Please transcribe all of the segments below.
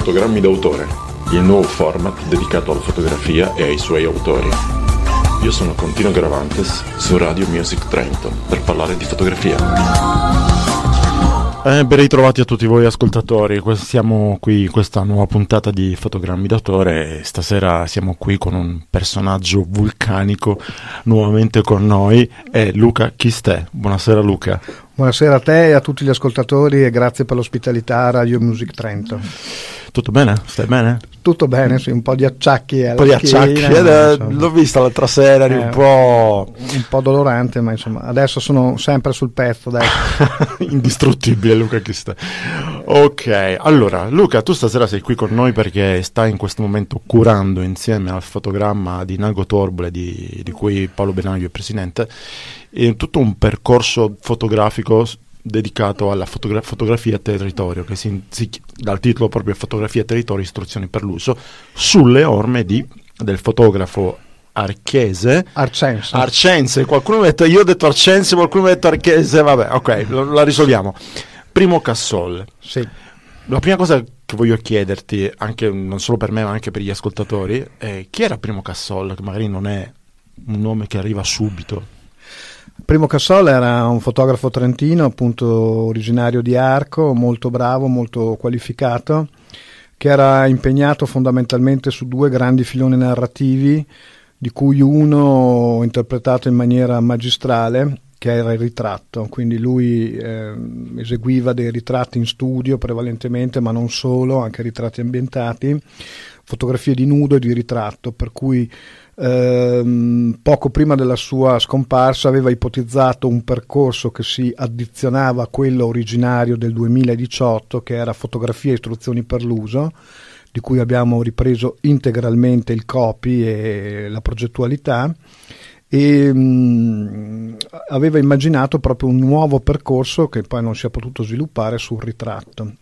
Fotogrammi d'autore, il nuovo format dedicato alla fotografia e ai suoi autori. Io sono Contino Gravantes su Radio Music Trento per parlare di fotografia. Ben ritrovati a tutti voi ascoltatori, siamo qui in questa nuova puntata di Fotogrammi d'autore e stasera siamo qui con un personaggio vulcanico nuovamente con noi, è Luca Chistè. Buonasera Luca. Buonasera a te e a tutti gli ascoltatori e grazie per l'ospitalità a Radio Music Trento. Tutto bene? Stai bene? Tutto bene, sì, un po' di acciacchi alla L'ho vista l'altra sera, eri un po' dolorante, ma insomma adesso sono sempre sul pezzo, dai. Indistruttibile Luca Chistè. Ok, allora Luca, tu stasera sei qui con noi perché stai in questo momento curando insieme al fotogramma di Nago Torbole, di cui Paolo Benaglio è presidente, tutto un percorso fotografico dedicato alla fotografia territorio, che dal titolo proprio Fotografia territorio, istruzioni per l'uso, sulle orme del fotografo Arcense. Qualcuno mi ha detto, io ho detto Arcense, qualcuno mi ha detto Archese, vabbè, ok, la risolviamo. Primo Cassol. Sì. La prima cosa che voglio chiederti, anche non solo per me ma anche per gli ascoltatori, è chi era Primo Cassol, che magari non è un nome che arriva subito. Primo Cassol era un fotografo trentino, appunto originario di Arco, molto bravo, molto qualificato, che era impegnato fondamentalmente su due grandi filoni narrativi, di cui uno interpretato in maniera magistrale, che era il ritratto. Quindi lui eseguiva dei ritratti in studio prevalentemente, ma non solo, anche ritratti ambientati, fotografie di nudo e di ritratto, per cui poco prima della sua scomparsa aveva ipotizzato un percorso che si addizionava a quello originario del 2018, che era fotografia e istruzioni per l'uso, di cui abbiamo ripreso integralmente il copy e la progettualità, e aveva immaginato proprio un nuovo percorso che poi non si è potuto sviluppare sul ritratto.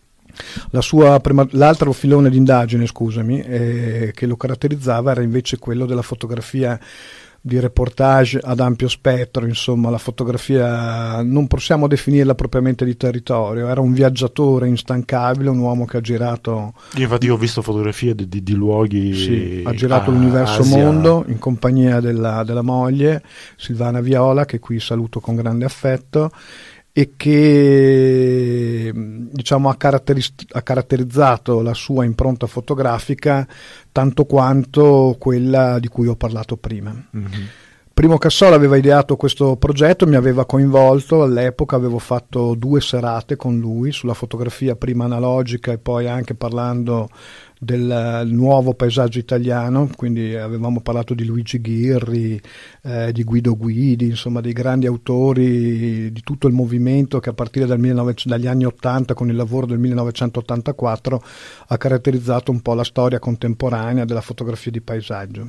L'altro filone di indagine, che lo caratterizzava era invece quello della fotografia di reportage ad ampio spettro, insomma la fotografia non possiamo definirla propriamente di territorio, era un viaggiatore instancabile, un uomo che ha girato... Infatti io ho visto fotografie di luoghi... Sì, ha girato l'universo mondo in compagnia della moglie Silvana Viola, che qui saluto con grande affetto, e che diciamo ha caratterizzato la sua impronta fotografica tanto quanto quella di cui ho parlato prima. Mm-hmm. Primo Cassol aveva ideato questo progetto, mi aveva coinvolto, all'epoca avevo fatto 2 serate con lui sulla fotografia, prima analogica e poi anche parlando del nuovo paesaggio italiano, quindi avevamo parlato di Luigi Ghirri, di Guido Guidi, insomma dei grandi autori di tutto il movimento che a partire dagli anni 80 con il lavoro del 1984 ha caratterizzato un po' la storia contemporanea della fotografia di paesaggio.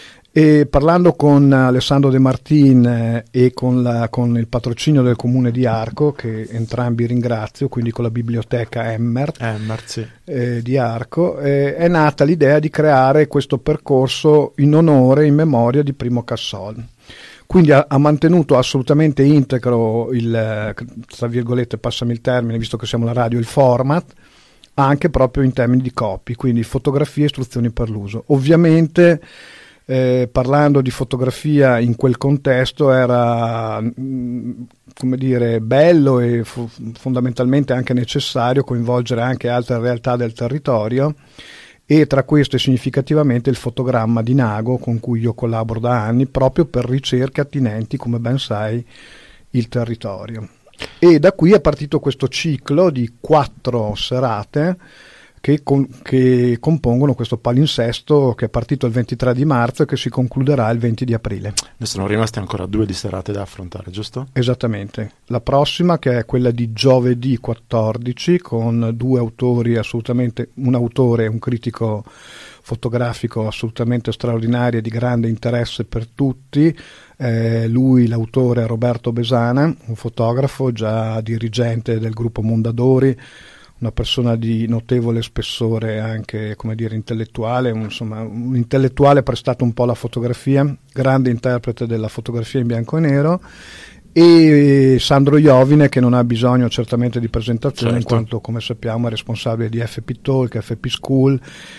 E parlando con Alessandro De Martin e con il patrocinio del comune di Arco, che entrambi ringrazio, quindi con la biblioteca Emmert sì. Di Arco, è nata l'idea di creare questo percorso in onore, in memoria di Primo Cassol. Quindi ha mantenuto assolutamente integro tra virgolette, passami il termine, visto che siamo alla radio, il format, anche proprio in termini di copy, quindi fotografie e istruzioni per l'uso. Ovviamente parlando di fotografia in quel contesto era come dire bello e fondamentalmente anche necessario coinvolgere anche altre realtà del territorio, e tra queste significativamente il fotogramma di Nago, con cui io collaboro da anni proprio per ricerche attinenti, come ben sai, il territorio. E da qui è partito questo ciclo di 4 serate che compongono questo palinsesto che è partito il 23 di marzo e che si concluderà il 20 di aprile. Ne sono rimaste ancora 2 di serate da affrontare, giusto? Esattamente. La prossima, che è quella di giovedì 14, con 2 autori assolutamente, un autore e un critico fotografico assolutamente straordinario e di grande interesse per tutti. Lui, l'autore, è Roberto Besana, un fotografo già dirigente del gruppo Mondadori, una persona di notevole spessore anche, come dire, intellettuale, un intellettuale prestato un po' alla fotografia, grande interprete della fotografia in bianco e nero, e Sandro Iovine, che non ha bisogno certamente di presentazione, certo, in quanto, come sappiamo, è responsabile di FP Talk, FP School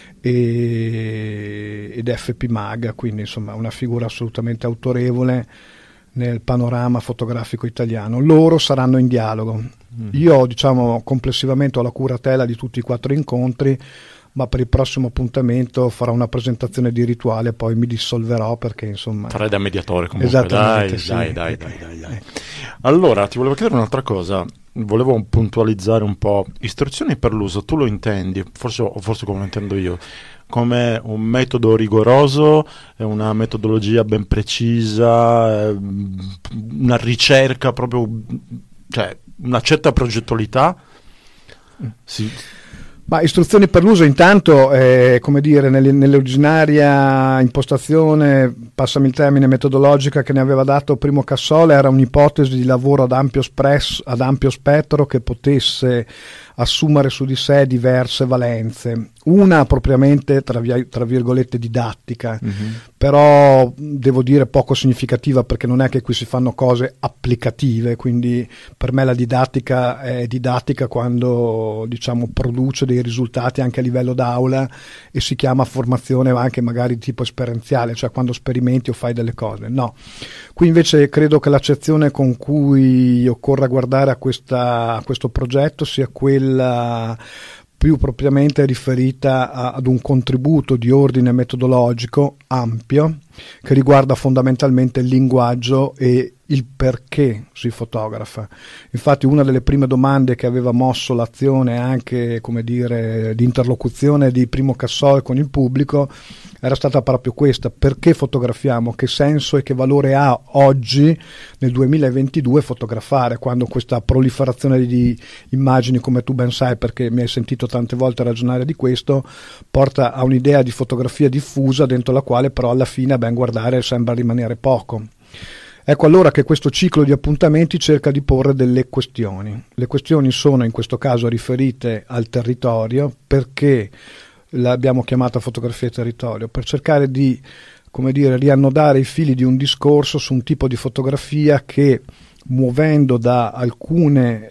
ed FP Mag, quindi insomma una figura assolutamente autorevole nel panorama fotografico italiano. Loro saranno in dialogo. Io, diciamo, complessivamente ho la curatela di tutti i 4 incontri, ma per il prossimo appuntamento farò una presentazione di rituale, poi mi dissolverò perché insomma farai da mediatore comunque. Esattamente, Dai. Allora ti volevo chiedere un'altra cosa, volevo puntualizzare un po'. Istruzioni per l'uso, tu lo intendi, forse come lo intendo io, come un metodo rigoroso, una metodologia ben precisa, una ricerca proprio, cioè una certa progettualità? Sì. Ma istruzioni per l'uso intanto, come dire, nell'originaria impostazione, passami il termine, metodologica che ne aveva dato Primo Cassola, era un'ipotesi di lavoro ad ampio spettro che potesse assumere su di sé diverse valenze. Una propriamente tra virgolette didattica, però devo dire poco significativa, perché non è che qui si fanno cose applicative, quindi per me la didattica è didattica quando, diciamo, produce dei risultati anche a livello d'aula, e si chiama formazione anche magari di tipo esperienziale, cioè quando sperimenti o fai delle cose. No, qui invece credo che l'accezione con cui occorra guardare a questo progetto sia quella più propriamente riferita ad un contributo di ordine metodologico ampio che riguarda fondamentalmente il linguaggio e il perché si fotografa. Infatti una delle prime domande che aveva mosso l'azione anche, come dire, di interlocuzione di Primo Cassol con il pubblico era stata proprio questa: perché fotografiamo, che senso e che valore ha oggi nel 2022 fotografare, quando questa proliferazione di immagini, come tu ben sai perché mi hai sentito tante volte ragionare di questo, porta a un'idea di fotografia diffusa dentro la quale però alla fine a ben guardare sembra rimanere poco. Ecco allora che questo ciclo di appuntamenti cerca di porre delle questioni. Le questioni sono in questo caso riferite al territorio. Perché l'abbiamo chiamata fotografia territorio? Per cercare di, come dire, riannodare i fili di un discorso su un tipo di fotografia che, muovendo da alcune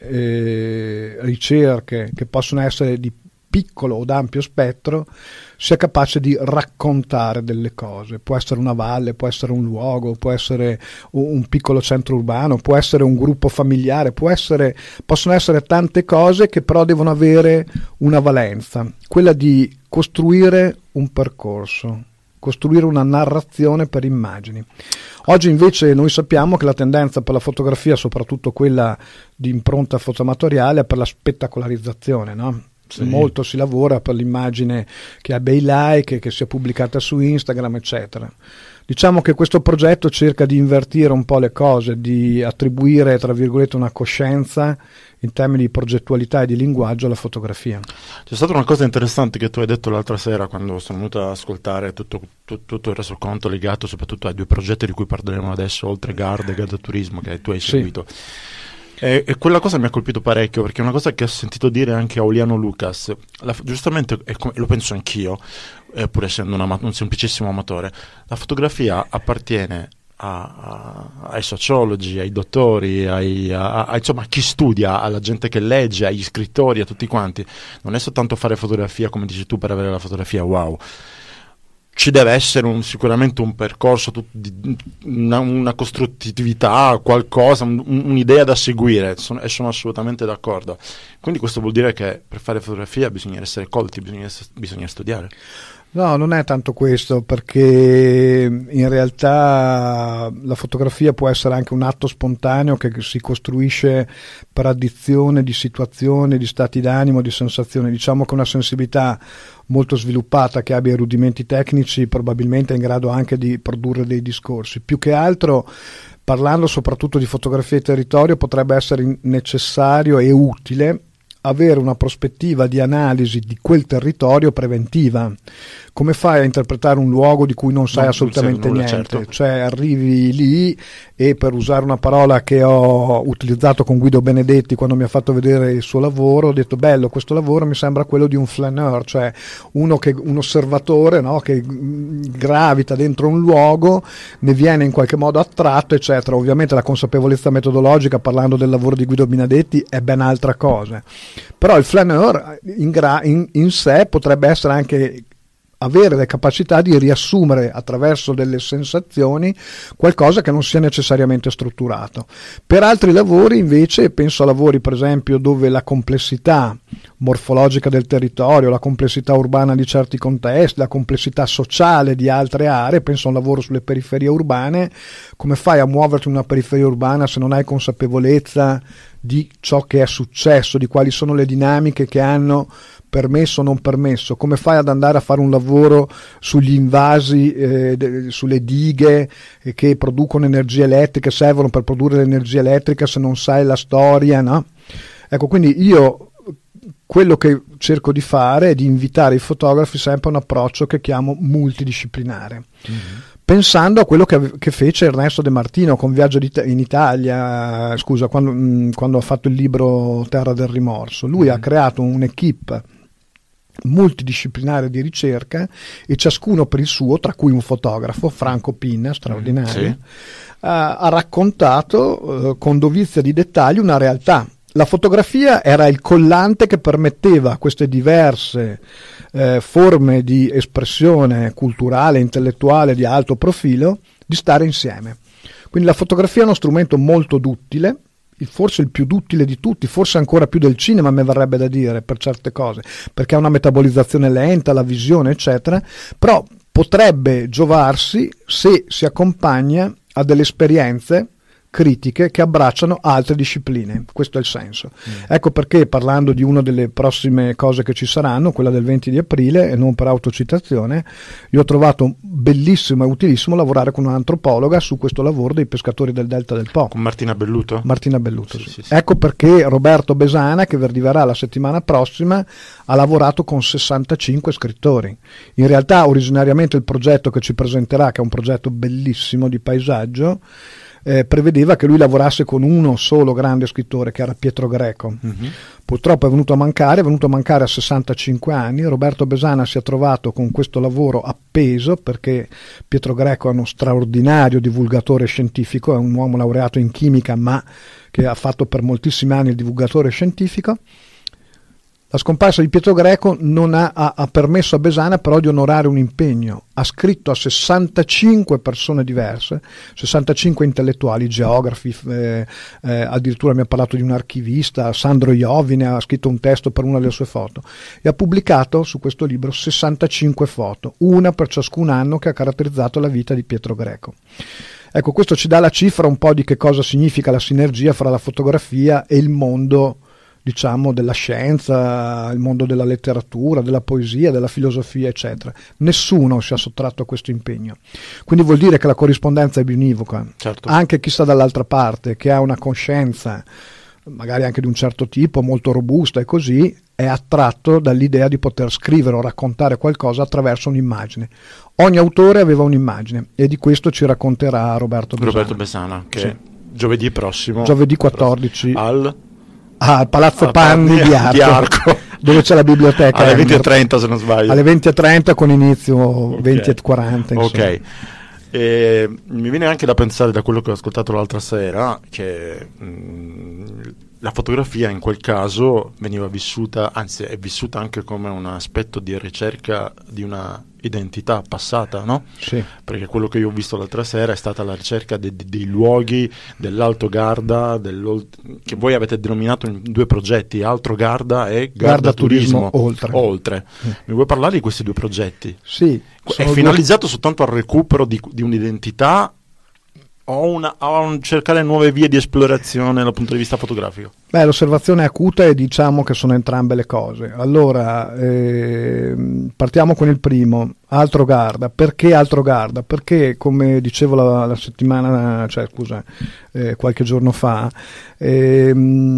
ricerche che possono essere di piccolo o d'ampio spettro, sia capace di raccontare delle cose. Può essere una valle, può essere un luogo, può essere un piccolo centro urbano, può essere un gruppo familiare, possono essere tante cose che però devono avere una valenza, quella di costruire un percorso, costruire una narrazione per immagini. Oggi invece noi sappiamo che la tendenza per la fotografia, soprattutto quella di impronta fotoamatoriale, è per la spettacolarizzazione, no? Sì. Molto si lavora per l'immagine che abbia i like, che sia pubblicata su Instagram, eccetera. Diciamo che questo progetto cerca di invertire un po' le cose, di attribuire, tra virgolette, una coscienza in termini di progettualità e di linguaggio alla fotografia. C'è stata una cosa interessante che tu hai detto l'altra sera, quando sono venuto ad ascoltare tutto il resoconto legato soprattutto ai 2 progetti di cui parleremo adesso, oltre GARD e GARD Turismo, che tu hai seguito. Sì. E quella cosa mi ha colpito parecchio, perché è una cosa che ho sentito dire anche a Oliano Lucas, giustamente, lo penso anch'io, pur essendo un semplicissimo amatore, la fotografia appartiene ai sociologi, ai dottori, insomma a chi studia, alla gente che legge, agli scrittori, a tutti quanti. Non è soltanto fare fotografia, come dici tu, per avere la fotografia wow. Ci deve essere sicuramente un percorso, una costruttività, qualcosa, un'idea da seguire, e sono assolutamente d'accordo. Quindi questo vuol dire che per fare fotografia bisogna essere colti, bisogna studiare. No, non è tanto questo, perché in realtà la fotografia può essere anche un atto spontaneo che si costruisce per addizione di situazioni, di stati d'animo, di sensazioni. Diciamo che una sensibilità molto sviluppata, che abbia rudimenti tecnici, probabilmente è in grado anche di produrre dei discorsi. Più che altro, parlando soprattutto di fotografia di territorio, potrebbe essere necessario e utile avere una prospettiva di analisi di quel territorio preventiva. Come fai a interpretare un luogo di cui non sai assolutamente nulla, niente? certo. Cioè arrivi lì e, per usare una parola che ho utilizzato con Guido Benedetti quando mi ha fatto vedere il suo lavoro, ho detto bello, questo lavoro mi sembra quello di un flaneur, cioè un osservatore, no? Che gravita dentro un luogo, ne viene in qualche modo attratto, eccetera. Ovviamente la consapevolezza metodologica, parlando del lavoro di Guido Benedetti, è ben altra cosa, però il flaneur in sé potrebbe essere anche avere le capacità di riassumere attraverso delle sensazioni qualcosa che non sia necessariamente strutturato. Per altri lavori invece, penso a lavori per esempio dove la complessità morfologica del territorio, la complessità urbana di certi contesti, la complessità sociale di altre aree, penso a un lavoro sulle periferie urbane. Come fai a muoverti in una periferia urbana se non hai consapevolezza di ciò che è successo, di quali sono le dinamiche che hanno permesso o non permesso? Come fai ad andare a fare un lavoro sugli invasi, sulle dighe che producono energia elettrica, servono per produrre l'energia elettrica, se non sai la storia, no? Ecco, quindi io quello che cerco di fare è di invitare i fotografi sempre a un approccio che chiamo multidisciplinare. Pensando a quello che fece Ernesto De Martino con Viaggio in Italia, scusa, quando ha fatto il libro Terra del Rimorso. Lui ha creato un'equipe multidisciplinare di ricerca e ciascuno per il suo, tra cui un fotografo, Franco Pinna, straordinario, sì. Ha raccontato con dovizia di dettagli una realtà. La fotografia era il collante che permetteva a queste diverse forme di espressione culturale, intellettuale di alto profilo di stare insieme. Quindi la fotografia è uno strumento molto duttile, forse il più duttile di tutti, forse ancora più del cinema, mi verrebbe da dire, per certe cose, perché ha una metabolizzazione lenta, la visione eccetera, però potrebbe giovarsi se si accompagna a delle esperienze critiche che abbracciano altre discipline. Questo è il senso. Ecco perché, parlando di una delle prossime cose che ci saranno, quella del 20 di aprile, e non per autocitazione, io ho trovato bellissimo e utilissimo lavorare con un'antropologa su questo lavoro dei pescatori del Delta del Po. Con Martina Belluto? Martina Belluto, sì, sì. Sì, sì. Ecco perché Roberto Besana, che arriverà la settimana prossima, ha lavorato con 65 scrittori. In realtà originariamente il progetto che ci presenterà, che è un progetto bellissimo di paesaggio, prevedeva che lui lavorasse con uno solo grande scrittore, che era Pietro Greco. Purtroppo è venuto a mancare a 65 anni. Roberto Besana si è trovato con questo lavoro appeso, perché Pietro Greco è uno straordinario divulgatore scientifico, è un uomo laureato in chimica ma che ha fatto per moltissimi anni il divulgatore scientifico. La scomparsa di Pietro Greco non ha permesso a Besana però di onorare un impegno. Ha scritto a 65 persone diverse, 65 intellettuali, geografi, addirittura mi ha parlato di un archivista, Sandro Iovine ha scritto un testo per una delle sue foto e ha pubblicato su questo libro 65 foto, una per ciascun anno che ha caratterizzato la vita di Pietro Greco. Ecco, questo ci dà la cifra un po' di che cosa significa la sinergia fra la fotografia e il mondo, diciamo, della scienza, il mondo della letteratura, della poesia, della filosofia, eccetera. Nessuno si è sottratto a questo impegno. Quindi vuol dire che la corrispondenza è biunivoca. Certo. Anche chi sta dall'altra parte, che ha una coscienza, magari anche di un certo tipo, molto robusta e così, è attratto dall'idea di poter scrivere o raccontare qualcosa attraverso un'immagine. Ogni autore aveva un'immagine e di questo ci racconterà Roberto Besana, che sì. Giovedì prossimo, giovedì 14 al Palazzo Panni di Arco, dove c'è la biblioteca alle 20:30 se non sbaglio, alle 20:30 con inizio 20:40. Ok. Mi viene anche da pensare, da quello che ho ascoltato l'altra sera, che la fotografia in quel caso veniva vissuta, anzi è vissuta anche come un aspetto di ricerca di una identità passata, no? Sì. Perché quello che io ho visto l'altra sera è stata la ricerca dei luoghi dell'Alto Garda, che voi avete denominato in due progetti, Alto Garda e Garda Turismo Oltre. Mi vuoi parlare di questi due progetti? Sì. È finalizzato soltanto al recupero di un'identità cercare nuove vie di esplorazione dal punto di vista fotografico? Beh, l'osservazione è acuta e diciamo che sono entrambe le cose. Allora, partiamo con il primo, Altrogarda. Perché Altrogarda? Perché, come dicevo la settimana, qualche giorno fa, c'è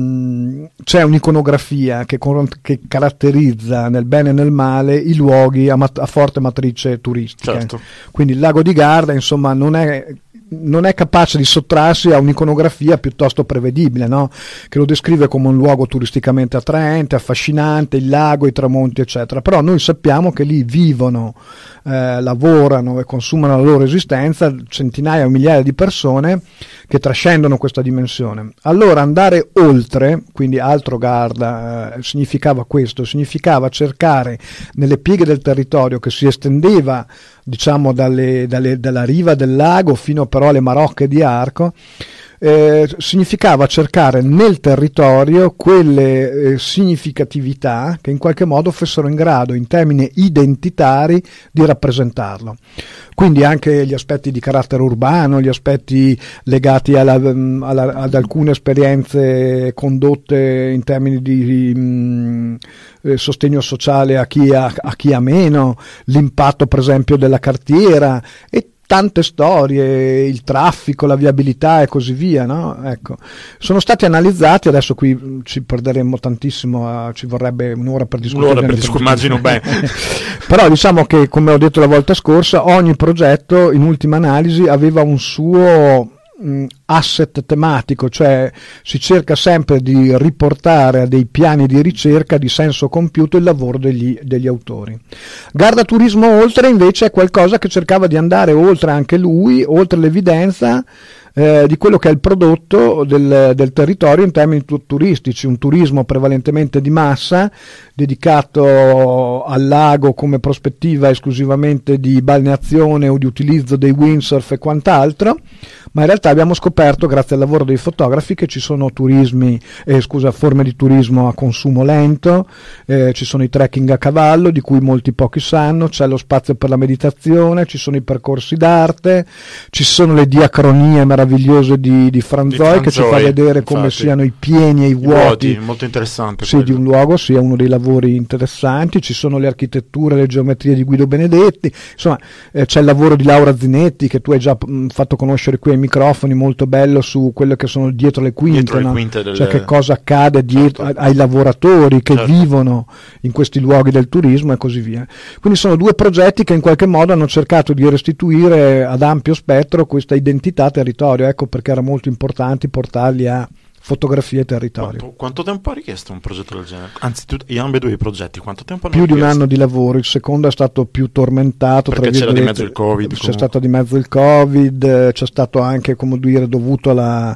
un'iconografia che caratterizza nel bene e nel male i luoghi a forte matrice turistica. Certo. Quindi il lago di Garda, insomma, non è capace di sottrarsi a un'iconografia piuttosto prevedibile, no? Che lo descrive come un luogo turisticamente attraente, affascinante, il lago, i tramonti, eccetera. Però noi sappiamo che lì vivono, lavorano e consumano la loro esistenza centinaia o migliaia di persone che trascendono questa dimensione. Allora andare oltre, quindi Altrogarda, significava questo, significava cercare nelle pieghe del territorio che si estendeva, diciamo, dalla riva del lago fino però alle Marocche di Arco, significava cercare nel territorio quelle significatività che in qualche modo fossero in grado, in termini identitari, di rappresentarlo. Quindi anche gli aspetti di carattere urbano, gli aspetti legati ad alcune esperienze condotte in termini di sostegno sociale a chi ha meno, l'impatto per esempio della cartiera e tante storie, il traffico, la viabilità e così via, no? Ecco, sono stati analizzati, adesso qui ci perderemmo tantissimo, ci vorrebbe un'ora per discutere. Immagino bene. Però diciamo che, come ho detto la volta scorsa, ogni progetto in ultima analisi aveva un suo asset tematico, cioè si cerca sempre di riportare a dei piani di ricerca di senso compiuto il lavoro degli autori. Garda Turismo Oltre invece è qualcosa che cercava di andare oltre anche lui, oltre l'evidenza di quello che è il prodotto del territorio in termini turistici, un turismo prevalentemente di massa dedicato al lago come prospettiva esclusivamente di balneazione o di utilizzo dei windsurf e quant'altro, ma in realtà abbiamo scoperto grazie al lavoro dei fotografi che ci sono forme di turismo a consumo lento, ci sono i trekking a cavallo di cui pochi sanno, c'è lo spazio per la meditazione, ci sono i percorsi d'arte, ci sono le diacronie meravigliose di Franzoi che ci fa vedere come siano i pieni e i vuoti, molto interessante di un luogo, è uno dei lavori interessanti. Ci sono le architetture, le geometrie di Guido Benedetti, insomma c'è il lavoro di Laura Zinetti che tu hai già fatto conoscere qui ai microfoni, molto bello, su quello che sono dietro le quinte, no? Cioè che cosa accade dietro ai lavoratori che vivono in questi luoghi del turismo e così via. Quindi sono due progetti che in qualche modo hanno cercato di restituire ad ampio spettro questa identità territorio, ecco perché era molto importante portarli a fotografia e territorio. Quanto tempo ha richiesto un progetto del genere? Anzitutto, ambedue i progetti, quanto tempo hanno più richiesto? Di un anno di lavoro, il secondo è stato più tormentato. Perché c'era di mezzo il Covid. C'è stato di mezzo il Covid, c'è stato anche, come dire, dovuto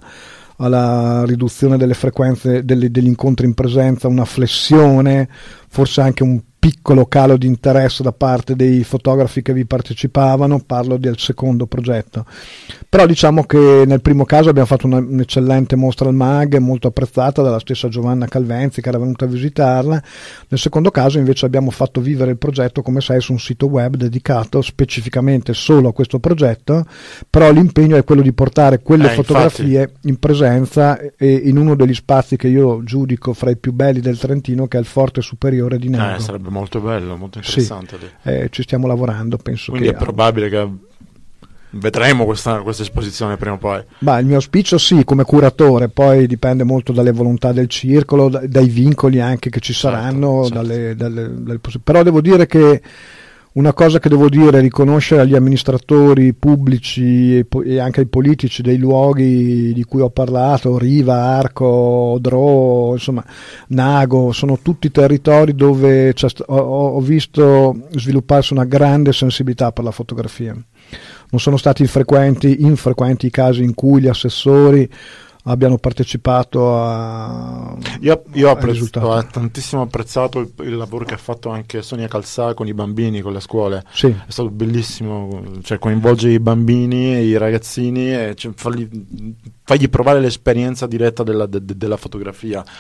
alla riduzione delle frequenze degli incontri in presenza, una flessione, forse anche un piccolo calo di interesse da parte dei fotografi che vi partecipavano. Parlo del secondo progetto, però diciamo che nel primo caso abbiamo fatto un'eccellente mostra al MAG, molto apprezzata dalla stessa Giovanna Calvenzi che era venuta a visitarla. Nel secondo caso invece abbiamo fatto vivere il progetto, come sai, su un sito web dedicato specificamente solo a questo progetto, però l'impegno è quello di portare quelle fotografie in presenza e in uno degli spazi che io giudico fra i più belli del Trentino, che è il Forte Superiore di Nago. Sarebbe molto bello, molto interessante. Sì, ci stiamo lavorando, penso. Quindi è probabile che vedremo questa esposizione prima o poi. Il mio auspicio sì, come curatore, poi dipende molto dalle volontà del circolo, dai vincoli anche che ci saranno, però devo dire che una cosa che devo dire, riconoscere agli amministratori pubblici e anche ai politici dei luoghi di cui ho parlato, Riva, Arco, Odro, insomma Nago, sono tutti territori dove ho visto svilupparsi una grande sensibilità per la fotografia. Non sono stati infrequenti i casi in cui gli assessori abbiano partecipato io ho tantissimo apprezzato il lavoro che ha fatto anche Sonia Calzà con i bambini, con le scuole. Sì. È stato bellissimo, cioè coinvolgere i bambini e i ragazzini e fargli provare l'esperienza diretta della fotografia.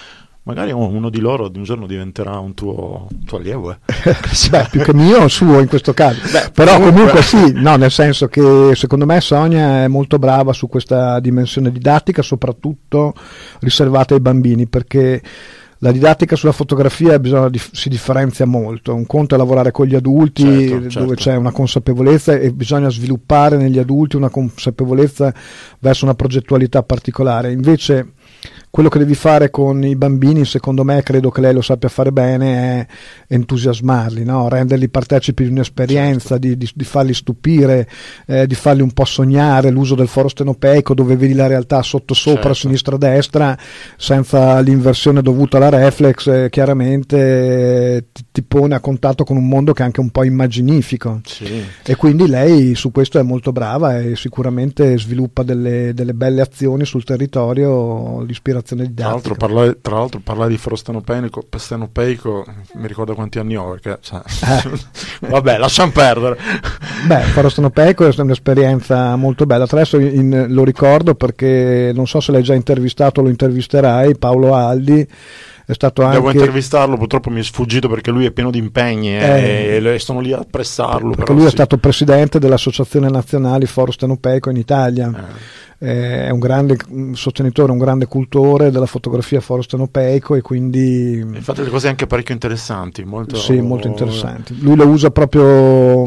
magari uno di loro un giorno diventerà un tuo allievo. Beh, più che mio, suo in questo caso. Beh, però comunque sì, no, nel senso che secondo me Sonia è molto brava su questa dimensione didattica, soprattutto riservata ai bambini, perché la didattica sulla fotografia si differenzia molto. Un conto è lavorare con gli adulti, certo. Dove c'è una consapevolezza, e bisogna sviluppare negli adulti una consapevolezza verso una progettualità particolare. Invece quello che devi fare con i bambini, secondo me, credo che lei lo sappia fare bene, è entusiasmarli, no? Renderli partecipi di un'esperienza, certo. di farli stupire, di farli un po' sognare. L'uso del foro stenopeico, dove vedi la realtà sotto, sopra, certo. Sinistra, destra, senza l'inversione dovuta alla reflex, chiaramente ti pone a contatto con un mondo che è anche un po' immaginifico. Sì. E quindi lei su questo è molto brava e sicuramente sviluppa delle belle azioni sul territorio, l'ispirazione didattica. Tra l'altro parlare di foro stenopeico mi ricorda quanti anni ho, perché vabbè, lasciamo perdere. Beh, foro stenopeico è un'esperienza molto bella. Adesso lo ricordo perché non so se l'hai già intervistato o lo intervisterai, Paolo Aldi. È stato anche... Devo intervistarlo, purtroppo mi è sfuggito perché lui è pieno di impegni e sono lì a pressarlo. Perché lui è stato presidente dell'Associazione Nazionale Foro Stenopeico in Italia. È un grande sostenitore, un grande cultore della fotografia foro stenopeico, e quindi fate delle cose anche parecchio interessanti, molto interessanti. Lui lo usa proprio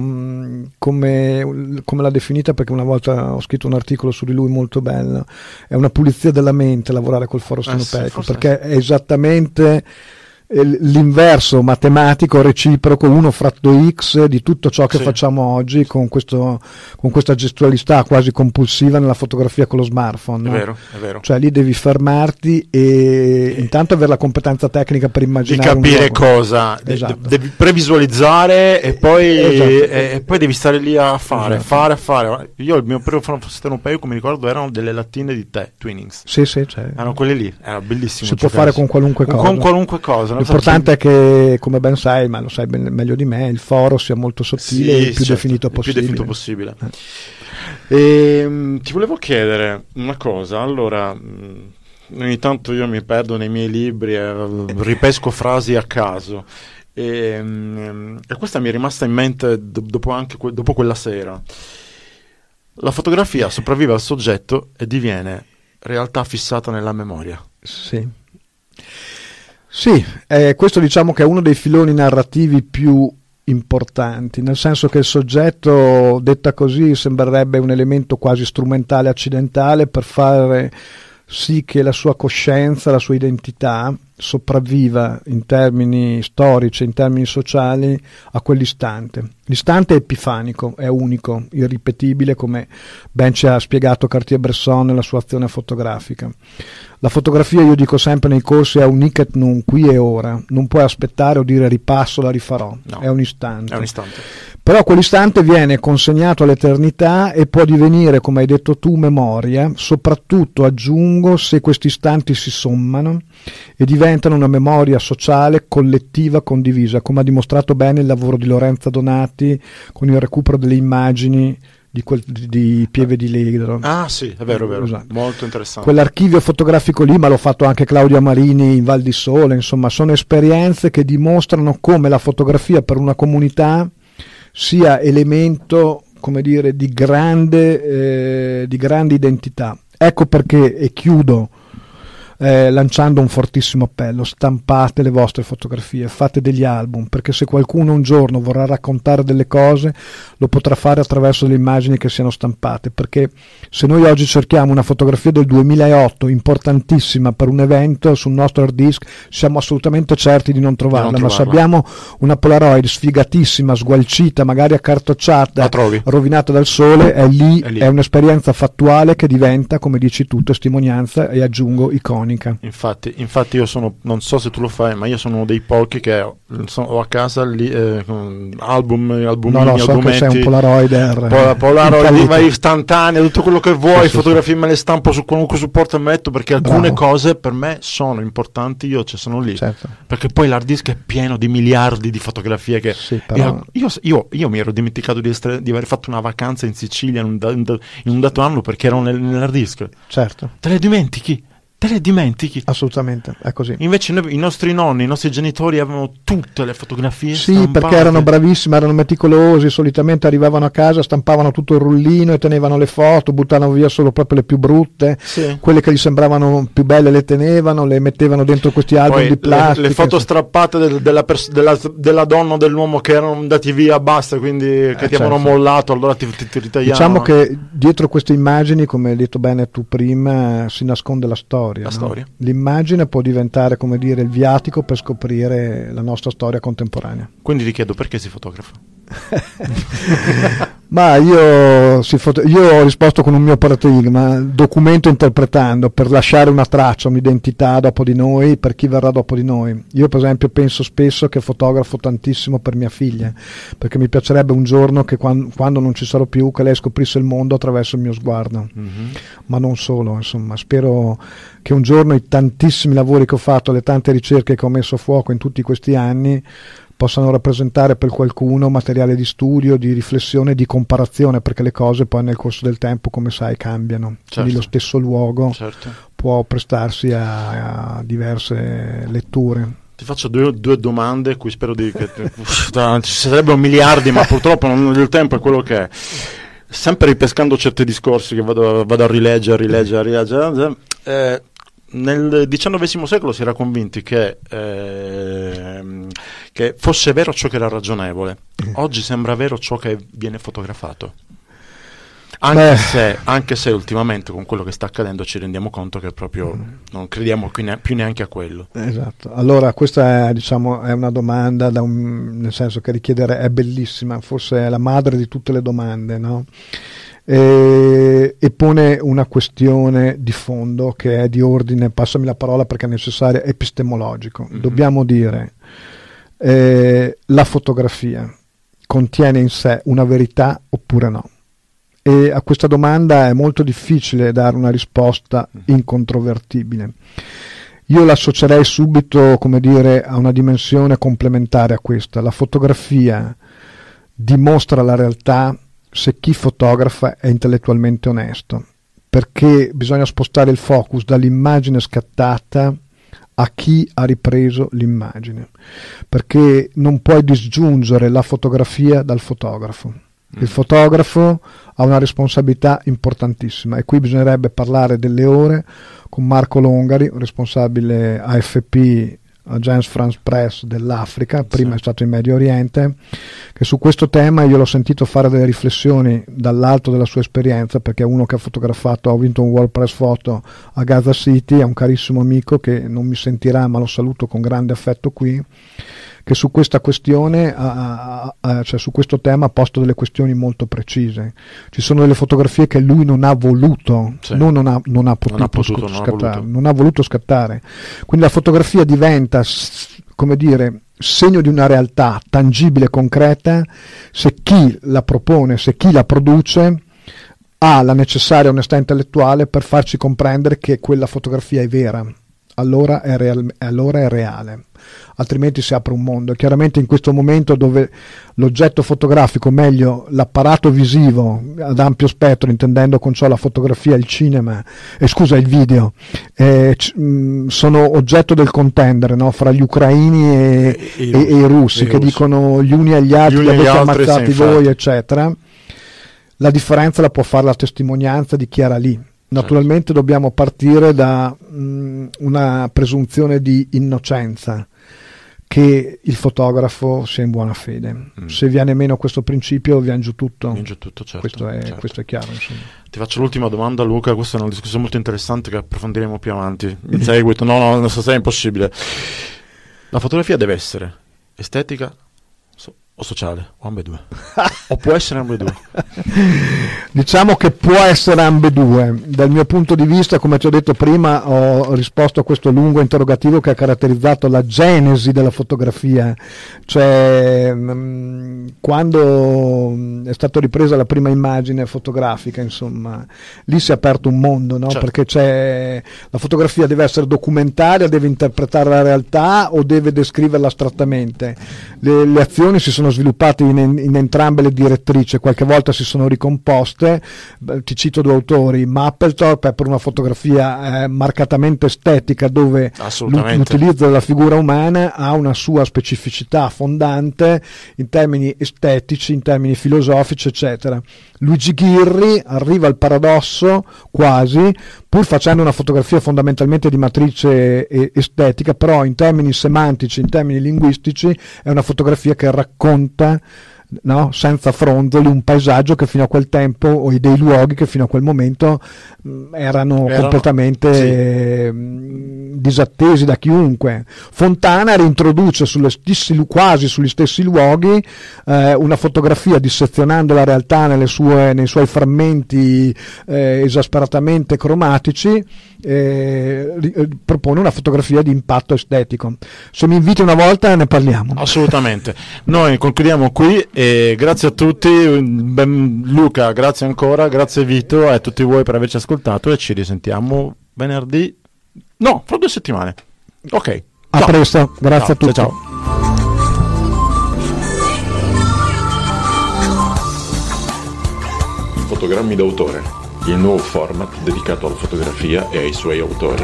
come l'ha definita, perché una volta ho scritto un articolo su di lui molto bello. È una pulizia della mente lavorare col foro stenopeico, perché è esattamente l'inverso matematico reciproco, 1 fratto x di tutto ciò che facciamo oggi con questa gestualità quasi compulsiva nella fotografia con lo smartphone. No? È vero. Cioè lì devi fermarti e intanto avere la competenza tecnica per immaginare di capire cosa, esatto. Devi previsualizzare e poi, esatto. e poi devi stare lì a fare, esatto. fare. Io il mio primo foro stenopeico, mi ricordo, erano delle lattine di tè, Twinings. Sì, erano quelle lì, era bellissimo. Si può fare con qualunque cosa. Con qualunque cosa. L'importante è che, come ben sai, ma lo sai meglio di me, il foro sia molto sottile e il più definito possibile. Ti volevo chiedere una cosa. Allora, ogni tanto io mi perdo nei miei libri e ripesco frasi a caso. E questa mi è rimasta in mente dopo quella sera. La fotografia sopravvive al soggetto e diviene realtà fissata nella memoria. Sì, questo diciamo che è uno dei filoni narrativi più importanti, nel senso che il soggetto, detta così, sembrerebbe un elemento quasi strumentale, accidentale, per fare sì che la sua coscienza, la sua identità sopravviva in termini storici, in termini sociali, a quell'istante. L'istante è epifanico, è unico, irripetibile, come ben ci ha spiegato Cartier-Bresson nella sua azione fotografica. La fotografia, io dico sempre nei corsi, è un hic et nunc, qui e ora, non puoi aspettare o dire ripasso, la rifarò, no, è un istante. Però quell'istante viene consegnato all'eternità e può divenire, come hai detto tu, memoria, soprattutto, aggiungo, se questi istanti si sommano e diventano una memoria sociale, collettiva, condivisa, come ha dimostrato bene il lavoro di Lorenza Donati con il recupero delle immagini di Pieve di Ledro. Ah sì, è vero. Esatto. Molto interessante. Quell'archivio fotografico lì, ma l'ho fatto anche Claudia Marini in Val di Sole, insomma sono esperienze che dimostrano come la fotografia per una comunità sia elemento, come dire, di grande identità. Ecco perché, e chiudo lanciando un fortissimo appello: stampate le vostre fotografie, fate degli album, perché se qualcuno un giorno vorrà raccontare delle cose lo potrà fare attraverso le immagini che siano stampate, perché se noi oggi cerchiamo una fotografia del 2008 importantissima per un evento sul nostro hard disk, siamo assolutamente certi di non trovarla, ma se abbiamo una Polaroid sfigatissima, sgualcita, magari accartocciata, rovinata dal sole, è lì. È un'esperienza fattuale che diventa, come dici tu, testimonianza e, aggiungo, iconica. Infatti io sono, non so se tu lo fai, ma io sono uno dei pochi che ho a casa lì, albumini, no, so albumetti, che sei un Polaroid ma istantaneo, tutto quello che vuoi, fotografie me le stampo su qualunque supporto e metto, perché alcune cose per me sono importanti, io sono lì, certo. Perché poi l'hard disk è pieno di miliardi di fotografie che però... io mi ero dimenticato di aver fatto una vacanza in Sicilia in un dato anno perché erano nell'hard disk. Certo. Te le dimentichi? te le dimentichi. Assolutamente, è così. Invece i nostri nonni, i nostri genitori avevano tutte le fotografie stampate. Perché erano bravissimi, erano meticolosi, solitamente arrivavano a casa, stampavano tutto il rullino e tenevano le foto, buttavano via solo proprio le più brutte, quelle che gli sembravano più belle le tenevano, le mettevano dentro questi album di plastica. Le foto strappate della donna o dell'uomo che erano andati via, basta, quindi che ti avevano mollato, allora ti ritagliavano. Diciamo che dietro queste immagini, come hai detto bene tu prima, si nasconde la storia. Storia. L'immagine può diventare, come dire, il viatico per scoprire la nostra storia contemporanea. Quindi ti chiedo, perché si fotografa? Ma io ho risposto con un mio paradigma: documento interpretando, per lasciare una traccia, un'identità dopo di noi, per chi verrà dopo di noi. Io per esempio penso spesso che fotografo tantissimo per mia figlia, perché mi piacerebbe un giorno che quando non ci sarò più, che lei scoprisse il mondo attraverso il mio sguardo. Ma non solo, insomma, spero che un giorno i tantissimi lavori che ho fatto, le tante ricerche che ho messo a fuoco in tutti questi anni, possano rappresentare per qualcuno materiale di studio, di riflessione, di comparazione, perché le cose poi nel corso del tempo, come sai, cambiano. Quindi lo stesso luogo può prestarsi a diverse letture. Ti faccio due domande, cui spero che ci sarebbero miliardi, ma purtroppo il tempo è quello che è. Sempre ripescando certi discorsi che vado a rileggere. Nel XIX secolo si era convinti che fosse vero ciò che era ragionevole. Oggi sembra vero ciò che viene fotografato. Anche se ultimamente con quello che sta accadendo ci rendiamo conto che proprio non crediamo più neanche a quello. Esatto. Allora questa è, diciamo, è una domanda nel senso che è bellissima, forse è la madre di tutte le domande, no? E pone una questione di fondo che è di ordine, passami la parola perché è necessaria, epistemologico. Dobbiamo dire la fotografia contiene in sé una verità oppure no? E a questa domanda è molto difficile dare una risposta incontrovertibile. Io l'associerei subito, come dire, a una dimensione complementare a questa. La fotografia dimostra la realtà se chi fotografa è intellettualmente onesto, perché bisogna spostare il focus dall'immagine scattata a chi ha ripreso l'immagine, perché non puoi disgiungere la fotografia dal fotografo. Il fotografo ha una responsabilità importantissima e qui bisognerebbe parlare delle ore con Marco Longari, responsabile AFP, Agence France Presse dell'Africa, prima è stato in Medio Oriente, che su questo tema io l'ho sentito fare delle riflessioni dall'alto della sua esperienza, perché è uno che ha fotografato, ha vinto un World Press Photo a Gaza City, è un carissimo amico che non mi sentirà ma lo saluto con grande affetto qui, che su questa questione, cioè su questo tema ha posto delle questioni molto precise. Ci sono delle fotografie che lui non ha voluto, non ha voluto scattare. Quindi la fotografia diventa, come dire, segno di una realtà tangibile, concreta, se chi la propone, se chi la produce ha la necessaria onestà intellettuale per farci comprendere che quella fotografia è vera. Allora è reale, altrimenti si apre un mondo. Chiaramente in questo momento dove l'oggetto fotografico, meglio l'apparato visivo ad ampio spettro, intendendo con ciò la fotografia, il cinema, il video, sono oggetto del contendere, no? Fra gli ucraini e i russi, che dicono gli uni agli altri: li avete ammazzati voi, eccetera. La differenza la può fare la testimonianza di chi era lì. Naturalmente dobbiamo partire da una presunzione di innocenza, che il fotografo sia in buona fede. Se viene meno questo principio viene giù tutto. Certo, questo è chiaro, insomma. Ti faccio l'ultima domanda, Luca, questa è una discussione molto interessante che approfondiremo più avanti in seguito. No, non so se è impossibile. La fotografia deve essere estetica o sociale, o ambedue? O può essere ambedue? Diciamo che può essere ambedue. Dal mio punto di vista, come ti ho detto prima, ho risposto a questo lungo interrogativo che ha caratterizzato la genesi della fotografia, cioè quando è stata ripresa la prima immagine fotografica, insomma, lì si è aperto un mondo, no? Certo. Perché la fotografia deve essere documentaria, deve interpretare la realtà o deve descriverla astrattamente. Le azioni si sono sono sviluppate in entrambe le direttrici, qualche volta si sono ricomposte. Ti cito due autori: Mapplethorpe è per una fotografia marcatamente estetica, dove l'utilizzo della figura umana ha una sua specificità fondante in termini estetici, in termini filosofici, eccetera. Luigi Ghirri arriva al paradosso quasi, pur facendo una fotografia fondamentalmente di matrice estetica, però in termini semantici, in termini linguistici, è una fotografia che racconta, no, senza fronzoli, un paesaggio che fino a quel tempo, o dei luoghi che fino a quel momento erano completamente disattesi da chiunque. Fontana reintroduce quasi sugli stessi luoghi una fotografia, dissezionando la realtà nei suoi frammenti esasperatamente cromatici. Propone una fotografia di impatto estetico. Se mi inviti una volta ne parliamo. Assolutamente. Noi concludiamo qui e grazie a tutti. Luca, grazie ancora, grazie Vito e a tutti voi per averci ascoltato, e ci risentiamo venerdì, fra 2 settimane. Ok, a presto, grazie a tutti. Ciao. Fotogrammi d'autore, il nuovo format dedicato alla fotografia e ai suoi autori.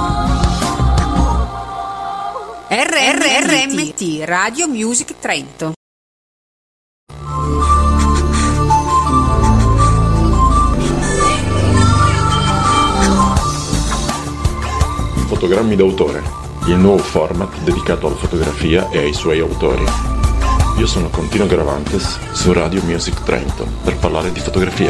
RMT Radio Music Trento. Fotogrammi d'autore, il nuovo format dedicato alla fotografia e ai suoi autori. Io sono Contino Gravantes su Radio Music Trento per parlare di fotografia.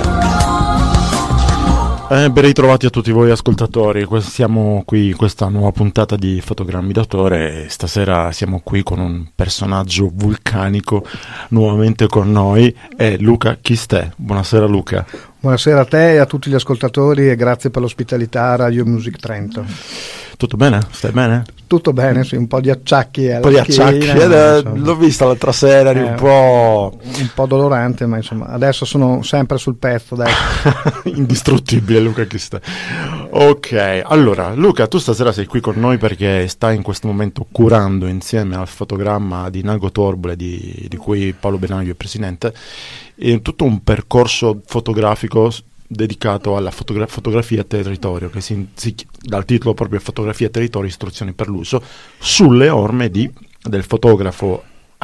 Ben ritrovati a tutti voi ascoltatori, siamo qui in questa nuova puntata di Fotogrammi d'autore e stasera siamo qui con un personaggio vulcanico nuovamente con noi, è Luca Chistè. Buonasera Luca. Buonasera a te e a tutti gli ascoltatori e grazie per l'ospitalità a Radio Music Trento. Tutto bene? Stai bene? Tutto bene, sì, un po' di acciacchi alla schiena, l'ho vista l'altra sera, eri un po' dolorante, ma insomma adesso sono sempre sul pezzo, dai. Indistruttibile Luca Chistè. Ok, allora Luca, tu stasera sei qui con noi perché stai in questo momento curando, insieme al fotogramma di Nago Torbole, di cui Paolo Benaglio è presidente, tutto un percorso fotografico dedicato alla fotografia territorio, che dal titolo proprio Fotografia territorio, istruzioni per l'uso, sulle orme del fotografo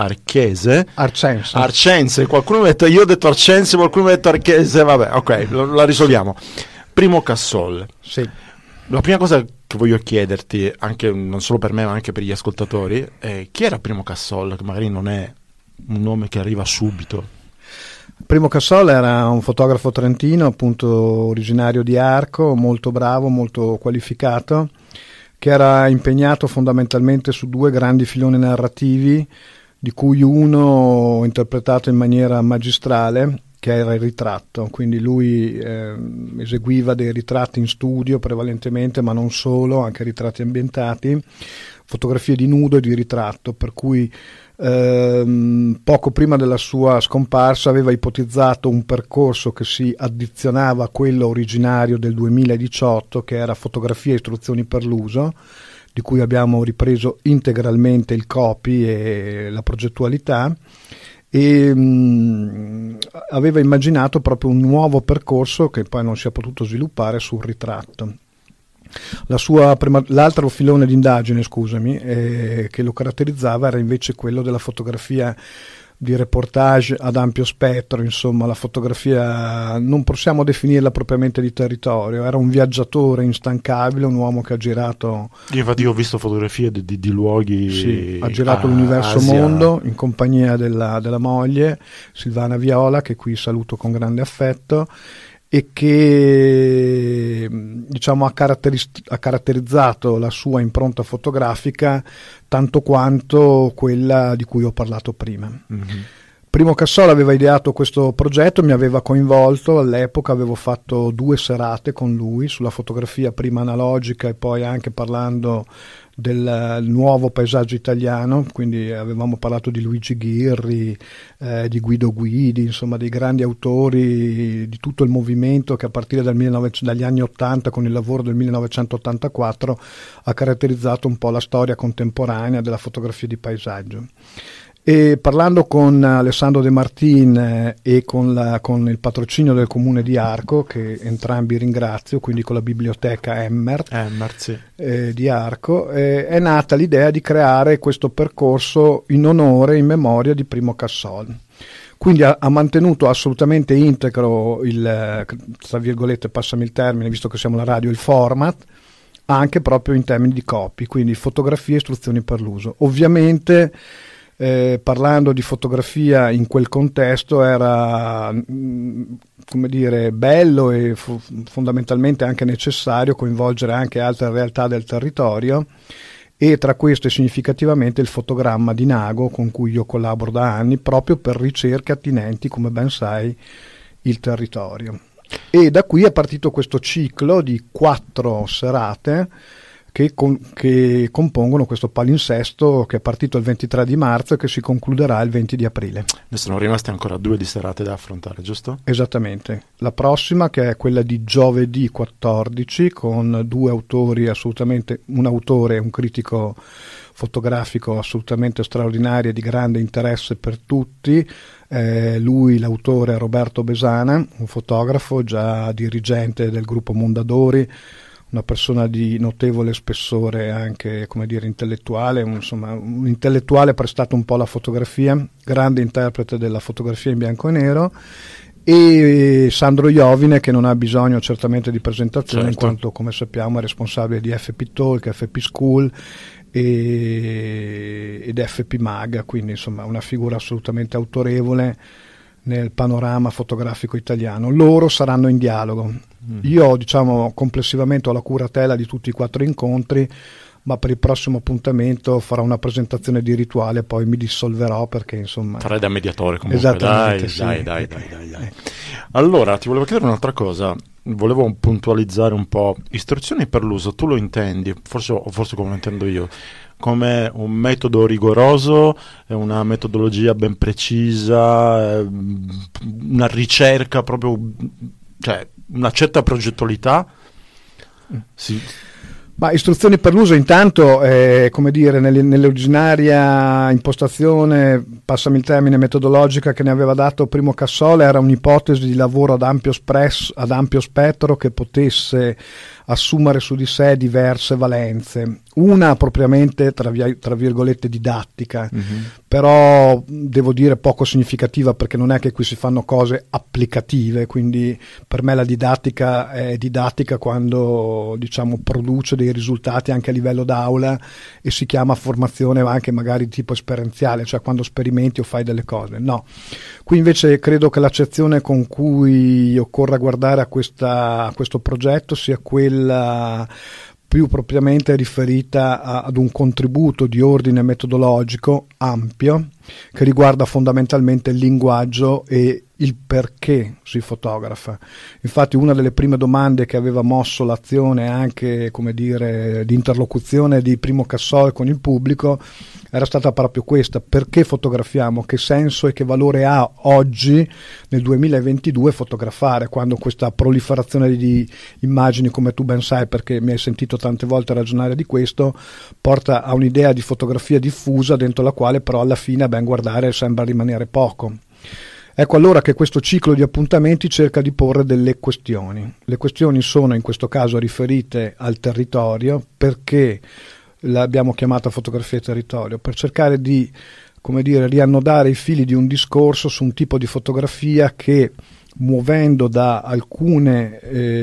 Arcense. Qualcuno mi ha detto, io ho detto Arcense, qualcuno mi ha detto Archese, vabbè, ok, la risolviamo. Primo Cassol. Sì. La prima cosa che voglio chiederti, anche non solo per me ma anche per gli ascoltatori, è chi era Primo Cassol, che magari non è un nome che arriva subito. Primo Cassol era un fotografo trentino, appunto originario di Arco, molto bravo, molto qualificato, che era impegnato fondamentalmente su 2 grandi filoni narrativi, di cui uno interpretato in maniera magistrale, che era il ritratto. Quindi lui eseguiva dei ritratti in studio prevalentemente, ma non solo, anche ritratti ambientati, fotografie di nudo e di ritratto, per cui poco prima della sua scomparsa aveva ipotizzato un percorso che si addizionava a quello originario del 2018, che era Fotografia e istruzioni per l'uso, di cui abbiamo ripreso integralmente il copy e la progettualità, e aveva immaginato proprio un nuovo percorso che poi non si è potuto sviluppare sul ritratto. L'altro filone di indagine, che lo caratterizzava, era invece quello della fotografia di reportage ad ampio spettro, insomma la fotografia non possiamo definirla propriamente di territorio, era un viaggiatore instancabile, un uomo che ha girato... Infatti io ho visto fotografie di luoghi... Sì, ha girato l'universo Asia. mondo in compagnia della moglie Silvana Viola, che qui saluto con grande affetto, e che diciamo ha caratterizzato la sua impronta fotografica tanto quanto quella di cui ho parlato prima. Mm-hmm. Primo Cassola aveva ideato questo progetto, mi aveva coinvolto, all'epoca avevo fatto 2 serate con lui sulla fotografia, prima analogica e poi anche parlando del nuovo paesaggio italiano, quindi avevamo parlato di Luigi Ghirri, di Guido Guidi, insomma dei grandi autori di tutto il movimento che a partire dagli anni 80 con il lavoro del 1984 ha caratterizzato un po' la storia contemporanea della fotografia di paesaggio. E parlando con Alessandro De Martin e con il patrocinio del comune di Arco, che entrambi ringrazio, quindi con la biblioteca Emmert sì. Di Arco, è nata l'idea di creare questo percorso in onore, in memoria di Primo Cassol. Quindi ha mantenuto assolutamente integro tra virgolette, passami il termine, visto che siamo la radio, il format, anche proprio in termini di copy, quindi fotografie e istruzioni per l'uso. Ovviamente parlando di fotografia in quel contesto era come dire bello e fondamentalmente anche necessario coinvolgere anche altre realtà del territorio, e tra queste significativamente il fotogramma di Nago, con cui io collaboro da anni proprio per ricerche attinenti, come ben sai, il territorio. E da qui è partito questo ciclo di 4 serate che compongono questo palinsesto, che è partito il 23 di marzo e che si concluderà il 20 di aprile. Ne sono rimaste ancora 2 di serate da affrontare, giusto? Esattamente. La prossima, che è quella di giovedì 14, con 2 autori assolutamente, un autore e un critico fotografico assolutamente straordinari e di grande interesse per tutti. Lui, l'autore, è Roberto Besana, un fotografo già dirigente del gruppo Mondadori, una persona di notevole spessore anche, come dire, intellettuale, un intellettuale prestato un po' alla fotografia, grande interprete della fotografia in bianco e nero, e Sandro Iovine, che non ha bisogno certamente di presentazione, certo, in quanto, come sappiamo, è responsabile di FP Talk, FP School ed FP Mag, quindi insomma una figura assolutamente autorevole nel panorama fotografico italiano. Loro saranno in dialogo. Io, diciamo, complessivamente ho la curatela di tutti i 4 incontri, ma per il prossimo appuntamento farò una presentazione di rituale, poi mi dissolverò perché insomma farai da mediatore comunque. Esattamente, dai. Allora ti volevo chiedere un'altra cosa, volevo puntualizzare un po'. Istruzioni per l'uso, tu lo intendi, forse come lo intendo io, come un metodo rigoroso, una metodologia ben precisa, una ricerca proprio, cioè una certa progettualità? Sì. Ma istruzioni per l'uso intanto, come dire, nell'originaria impostazione, passami il termine, metodologica che ne aveva dato Primo Cassol, era un'ipotesi di lavoro ad ampio spettro che potesse assumere su di sé diverse valenze. Una propriamente tra virgolette didattica, però devo dire poco significativa, perché non è che qui si fanno cose applicative, quindi per me la didattica è didattica quando, diciamo, produce dei risultati anche a livello d'aula, e si chiama formazione anche magari di tipo esperienziale, cioè quando sperimenti o fai delle cose. No, qui invece credo che l'accezione con cui occorra guardare a questo progetto sia quella più propriamente riferita ad un contributo di ordine metodologico ampio che riguarda fondamentalmente il linguaggio e il perché si fotografa. Infatti una delle prime domande che aveva mosso l'azione anche, come dire, di interlocuzione di Primo Cassol con il pubblico era stata proprio questa: perché fotografiamo, che senso e che valore ha oggi nel 2022 fotografare, quando questa proliferazione di immagini, come tu ben sai perché mi hai sentito tante volte ragionare di questo, porta a un'idea di fotografia diffusa dentro la quale però alla fine, a ben guardare, sembra rimanere poco. Ecco allora che questo ciclo di appuntamenti cerca di porre delle questioni. Le questioni sono in questo caso riferite al territorio. Perché l'abbiamo chiamata fotografia territorio? Per cercare di, come dire, riannodare i fili di un discorso su un tipo di fotografia che, muovendo da alcune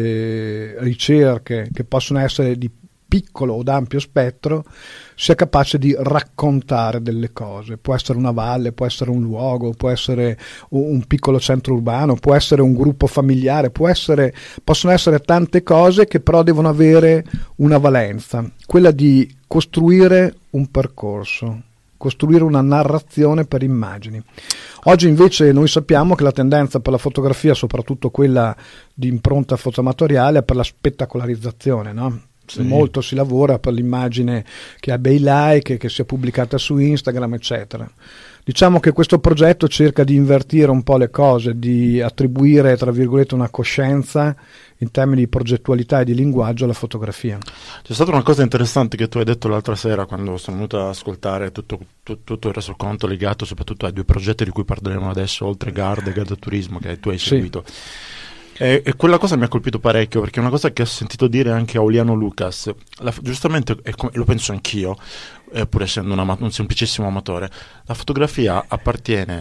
ricerche che possono essere di piccolo o d'ampio spettro, sia capace di raccontare delle cose. Può essere una valle, può essere un luogo, può essere un piccolo centro urbano, può essere un gruppo familiare, possono essere tante cose che però devono avere una valenza, quella di costruire un percorso, costruire una narrazione per immagini. Oggi invece noi sappiamo che la tendenza per la fotografia, soprattutto quella di impronta fotoamatoriale, è per la spettacolarizzazione, no? Sì. Molto si lavora per l'immagine che abbia i like, che sia pubblicata su Instagram, eccetera. Diciamo che questo progetto cerca di invertire un po' le cose, di attribuire, tra virgolette, una coscienza in termini di progettualità e di linguaggio alla fotografia. C'è stata una cosa interessante che tu hai detto l'altra sera quando sono venuto ad ascoltare tutto il resoconto legato soprattutto ai 2 progetti di cui parleremo adesso, oltre Gard e Gard Turismo, che tu hai seguito. E quella cosa mi ha colpito parecchio, perché è una cosa che ho sentito dire anche a Oliano Lucas, giustamente, lo penso anch'io, pur essendo un semplicissimo amatore, la fotografia appartiene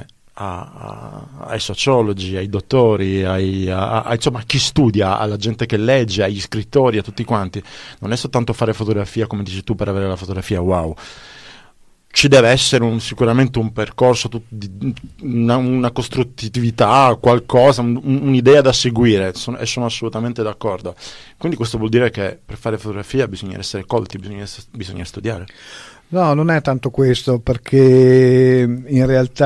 ai sociologi, ai dottori, insomma a chi studia, alla gente che legge, agli scrittori, a tutti quanti. Non è soltanto fare fotografia, come dici tu, per avere la fotografia wow. Ci deve essere sicuramente un percorso, una costruttività, qualcosa, un'idea da seguire, e sono assolutamente d'accordo. Quindi questo vuol dire che per fare fotografia bisogna essere colti, bisogna studiare. No, non è tanto questo, perché in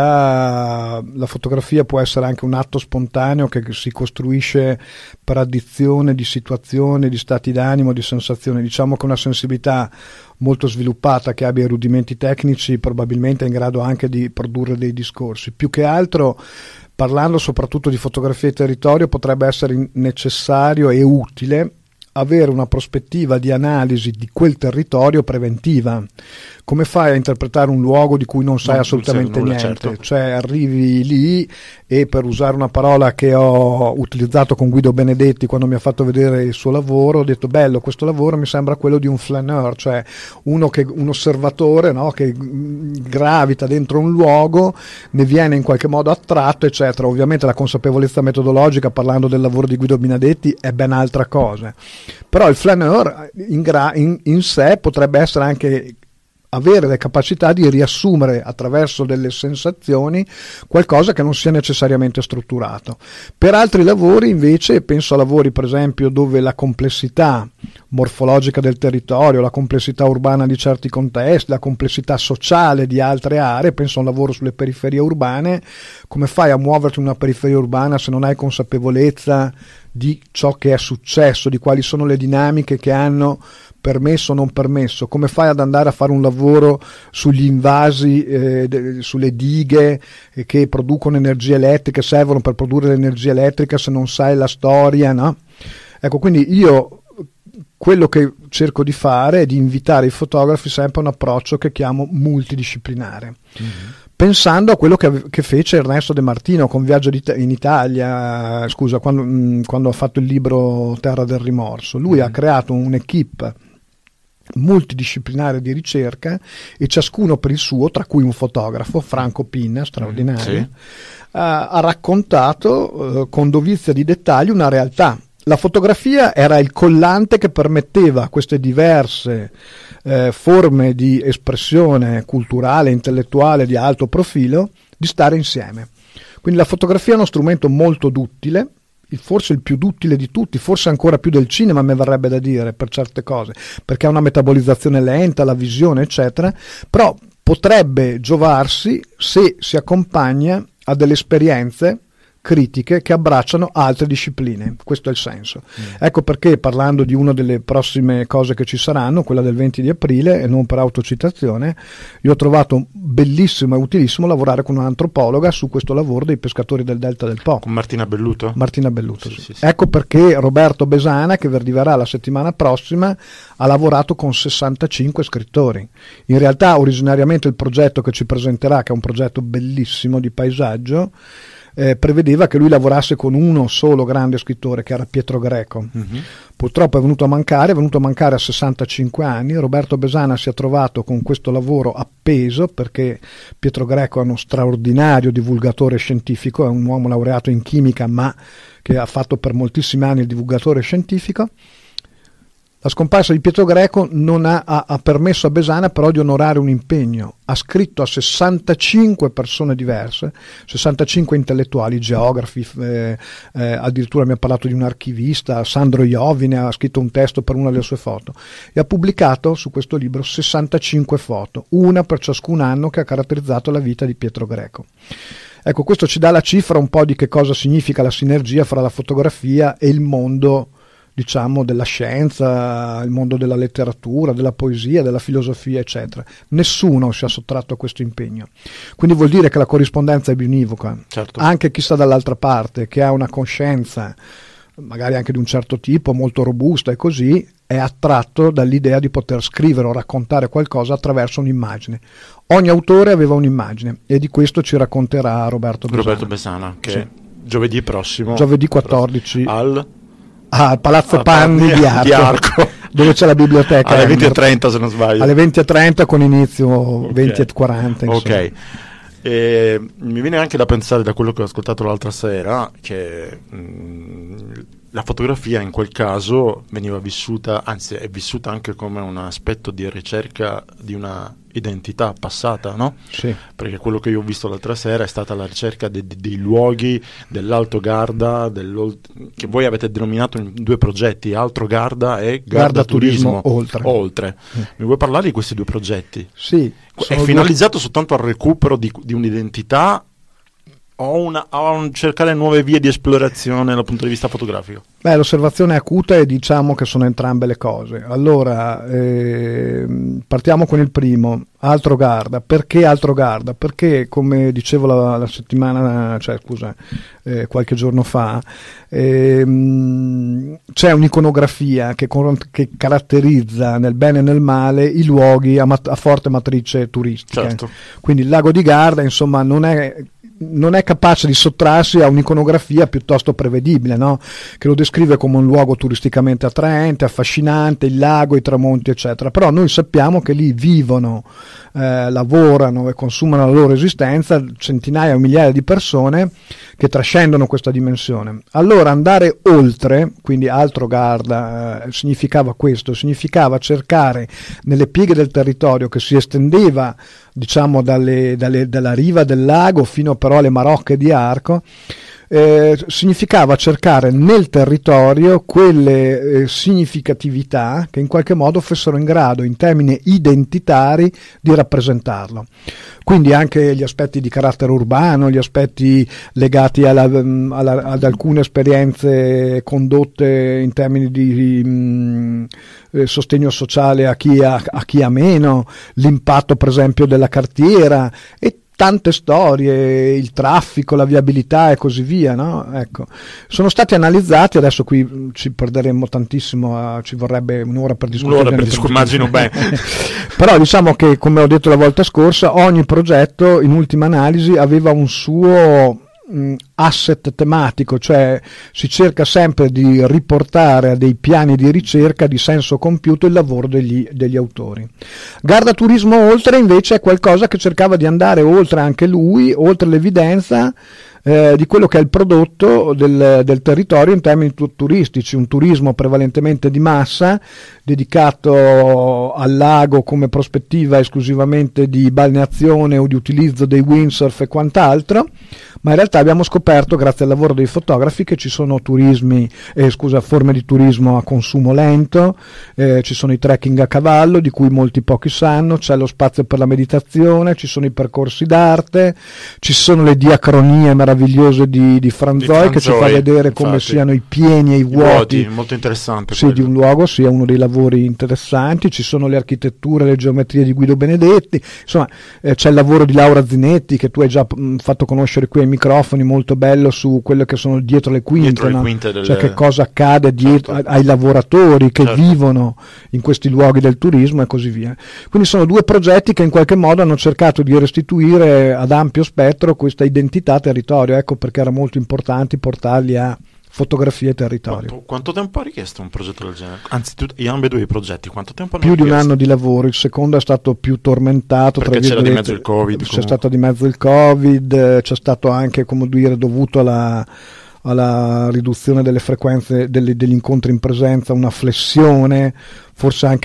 realtà la fotografia può essere anche un atto spontaneo che si costruisce per addizione di situazioni, di stati d'animo, di sensazioni. Diciamo che una sensibilità molto sviluppata, che abbia i rudimenti tecnici, probabilmente è in grado anche di produrre dei discorsi. Più che altro, parlando soprattutto di fotografia di territorio, potrebbe essere necessario e utile avere una prospettiva di analisi di quel territorio preventiva. Come fai a interpretare un luogo di cui non sai assolutamente nulla, niente? certo. Cioè arrivi lì e, per usare una parola che ho utilizzato con Guido Benedetti quando mi ha fatto vedere il suo lavoro, ho detto: bello, questo lavoro mi sembra quello di un flaneur, cioè un osservatore, no? Che gravita dentro un luogo, ne viene in qualche modo attratto, eccetera. Ovviamente la consapevolezza metodologica, parlando del lavoro di Guido Benedetti, è ben altra cosa. Però il flaneur in sé potrebbe essere anche avere le capacità di riassumere attraverso delle sensazioni qualcosa che non sia necessariamente strutturato. Per altri lavori invece, penso a lavori per esempio dove la complessità morfologica del territorio, la complessità urbana di certi contesti, la complessità sociale di altre aree, penso a un lavoro sulle periferie urbane. Come fai a muoverti in una periferia urbana se non hai consapevolezza di ciò che è successo, di quali sono le dinamiche che hanno permesso o non permesso? Come fai ad andare a fare un lavoro sugli invasi, sulle dighe che producono energia elettrica, servono per produrre l'energia elettrica, se non sai la storia, no? Ecco, quindi io quello che cerco di fare è di invitare i fotografi sempre a un approccio che chiamo multidisciplinare. Mm-hmm. Pensando a quello che fece Ernesto De Martino con Viaggio in Italia, quando ha fatto il libro Terra del Rimorso. Lui ha creato un'equipe multidisciplinare di ricerca, e ciascuno per il suo, tra cui un fotografo, Franco Pinna, straordinario, sì. Ha raccontato con dovizia di dettagli una realtà. La fotografia era il collante che permetteva a queste diverse forme di espressione culturale, intellettuale di alto profilo di stare insieme. Quindi la fotografia è uno strumento molto duttile, forse il più duttile di tutti, forse ancora più del cinema, mi verrebbe da dire, per certe cose, perché ha una metabolizzazione lenta, la visione eccetera, però potrebbe giovarsi se si accompagna a delle esperienze critiche che abbracciano altre discipline. Questo è il senso. Ecco perché, parlando di una delle prossime cose che ci saranno, quella del 20 di aprile, e non per autocitazione, io ho trovato bellissimo e utilissimo lavorare con un'antropologa su questo lavoro dei pescatori del Delta del Po. Con Martina Belluto? Martina Belluto, sì. Sì. Ecco perché Roberto Besana, che arriverà la settimana prossima, ha lavorato con 65 scrittori. In realtà originariamente il progetto che ci presenterà, che è un progetto bellissimo di paesaggio, prevedeva che lui lavorasse con uno solo grande scrittore, che era Pietro Greco. Purtroppo è venuto a mancare a 65 anni. Roberto Besana si è trovato con questo lavoro appeso, perché Pietro Greco è uno straordinario divulgatore scientifico, è un uomo laureato in chimica ma che ha fatto per moltissimi anni il divulgatore scientifico. La scomparsa di Pietro Greco non ha permesso a Besana però di onorare un impegno. Ha scritto a 65 persone diverse, 65 intellettuali, geografi, addirittura mi ha parlato di un archivista, Sandro Iovine ha scritto un testo per una delle sue foto, e ha pubblicato su questo libro 65 foto, una per ciascun anno che ha caratterizzato la vita di Pietro Greco. Ecco, questo ci dà la cifra un po' di che cosa significa la sinergia fra la fotografia e il mondo, diciamo, della scienza, il mondo della letteratura, della poesia, della filosofia, eccetera. Nessuno si è sottratto a questo impegno. Quindi vuol dire che la corrispondenza è bionivoca. Certo. Anche chi sta dall'altra parte, che ha una coscienza magari anche di un certo tipo, molto robusta e così, è attratto dall'idea di poter scrivere o raccontare qualcosa attraverso un'immagine. Ogni autore aveva un'immagine e di questo ci racconterà Roberto Besana, che sì. Giovedì prossimo, giovedì 14 al Palazzo Panni di Arco, dove c'è la biblioteca alle 20:30 se non sbaglio, alle 20:30 con inizio 20:40. Ok. E mi viene anche da pensare, da quello che ho ascoltato l'altra sera, che la fotografia in quel caso veniva vissuta, anzi è vissuta anche come un aspetto di ricerca di una identità passata, no? Sì. Perché quello che io ho visto l'altra sera è stata la ricerca dei luoghi dell'Alto Garda, che voi avete denominato in due progetti, Alto Garda e Garda Turismo Oltre. Mi vuoi parlare di questi due progetti? Sì. È finalizzato soltanto al recupero di un'identità o a cercare nuove vie di esplorazione dal punto di vista fotografico? Beh, l'osservazione è acuta e diciamo che sono entrambe le cose. Allora, partiamo con il primo, Alto Garda. Perché Alto Garda? Perché, come dicevo la settimana, qualche giorno fa, c'è un'iconografia che caratterizza nel bene e nel male i luoghi a forte matrice turistica. Certo. Quindi il lago di Garda, insomma, non è capace di sottrarsi a un'iconografia piuttosto prevedibile, no? Che lo descrive come un luogo turisticamente attraente, affascinante, il lago, i tramonti, eccetera. Però noi sappiamo che lì vivono, lavorano e consumano la loro esistenza centinaia o migliaia di persone che trascendono questa dimensione. Allora andare oltre, quindi Alto Garda, significava questo, significava cercare nelle pieghe del territorio che si estendeva, diciamo, dalla riva del lago fino però alle Marocche di Arco, significava cercare nel territorio quelle significatività che in qualche modo fossero in grado, in termini identitari, di rappresentarlo. Quindi anche gli aspetti di carattere urbano, gli aspetti legati ad alcune esperienze condotte in termini di sostegno sociale a chi ha meno, l'impatto per esempio della cartiera e tante storie, il traffico, la viabilità e così via, no? Ecco. Sono stati analizzati, adesso qui ci perderemmo tantissimo, ci vorrebbe un'ora per discutere. Immagino bene. Però diciamo che, come ho detto la volta scorsa, ogni progetto in ultima analisi aveva un suo asset tematico, cioè si cerca sempre di riportare a dei piani di ricerca di senso compiuto il lavoro degli autori. Garda Turismo Oltre invece è qualcosa che cercava di andare oltre anche lui, oltre l'evidenza di quello che è il prodotto del territorio in termini turistici, un turismo prevalentemente di massa dedicato al lago come prospettiva esclusivamente di balneazione o di utilizzo dei windsurf e quant'altro, ma in realtà abbiamo scoperto grazie al lavoro dei fotografi che ci sono forme di turismo a consumo lento, ci sono i trekking a cavallo di cui molti pochi sanno, c'è lo spazio per la meditazione, ci sono i percorsi d'arte, ci sono le diacronie meravigliose di Franzoi che ci fa vedere come siano i pieni e i vuoti, molto interessante di un luogo, sia uno dei lavori interessanti. Ci sono le architetture, le geometrie di Guido Benedetti, insomma c'è il lavoro di Laura Zinetti che tu hai già fatto conoscere qui ai microfoni, molto bello, su quello che sono dietro le quinte, no? Cioè che cosa accade dietro, certo, ai lavoratori che vivono in questi luoghi del turismo e così via. Quindi sono due progetti che in qualche modo hanno cercato di restituire ad ampio spettro questa identità territorio, ecco perché era molto importante portarli a fotografia e territorio. Quanto tempo ha richiesto un progetto del genere? Anzitutto, ambedue i progetti, quanto tempo hanno più richiesto? Di un anno di lavoro, il secondo è stato più tormentato, perché c'era di mezzo il Covid. C'è stato di mezzo il Covid, c'è stato anche, come dire, dovuto alla riduzione delle frequenze degli incontri in presenza, una flessione, forse anche un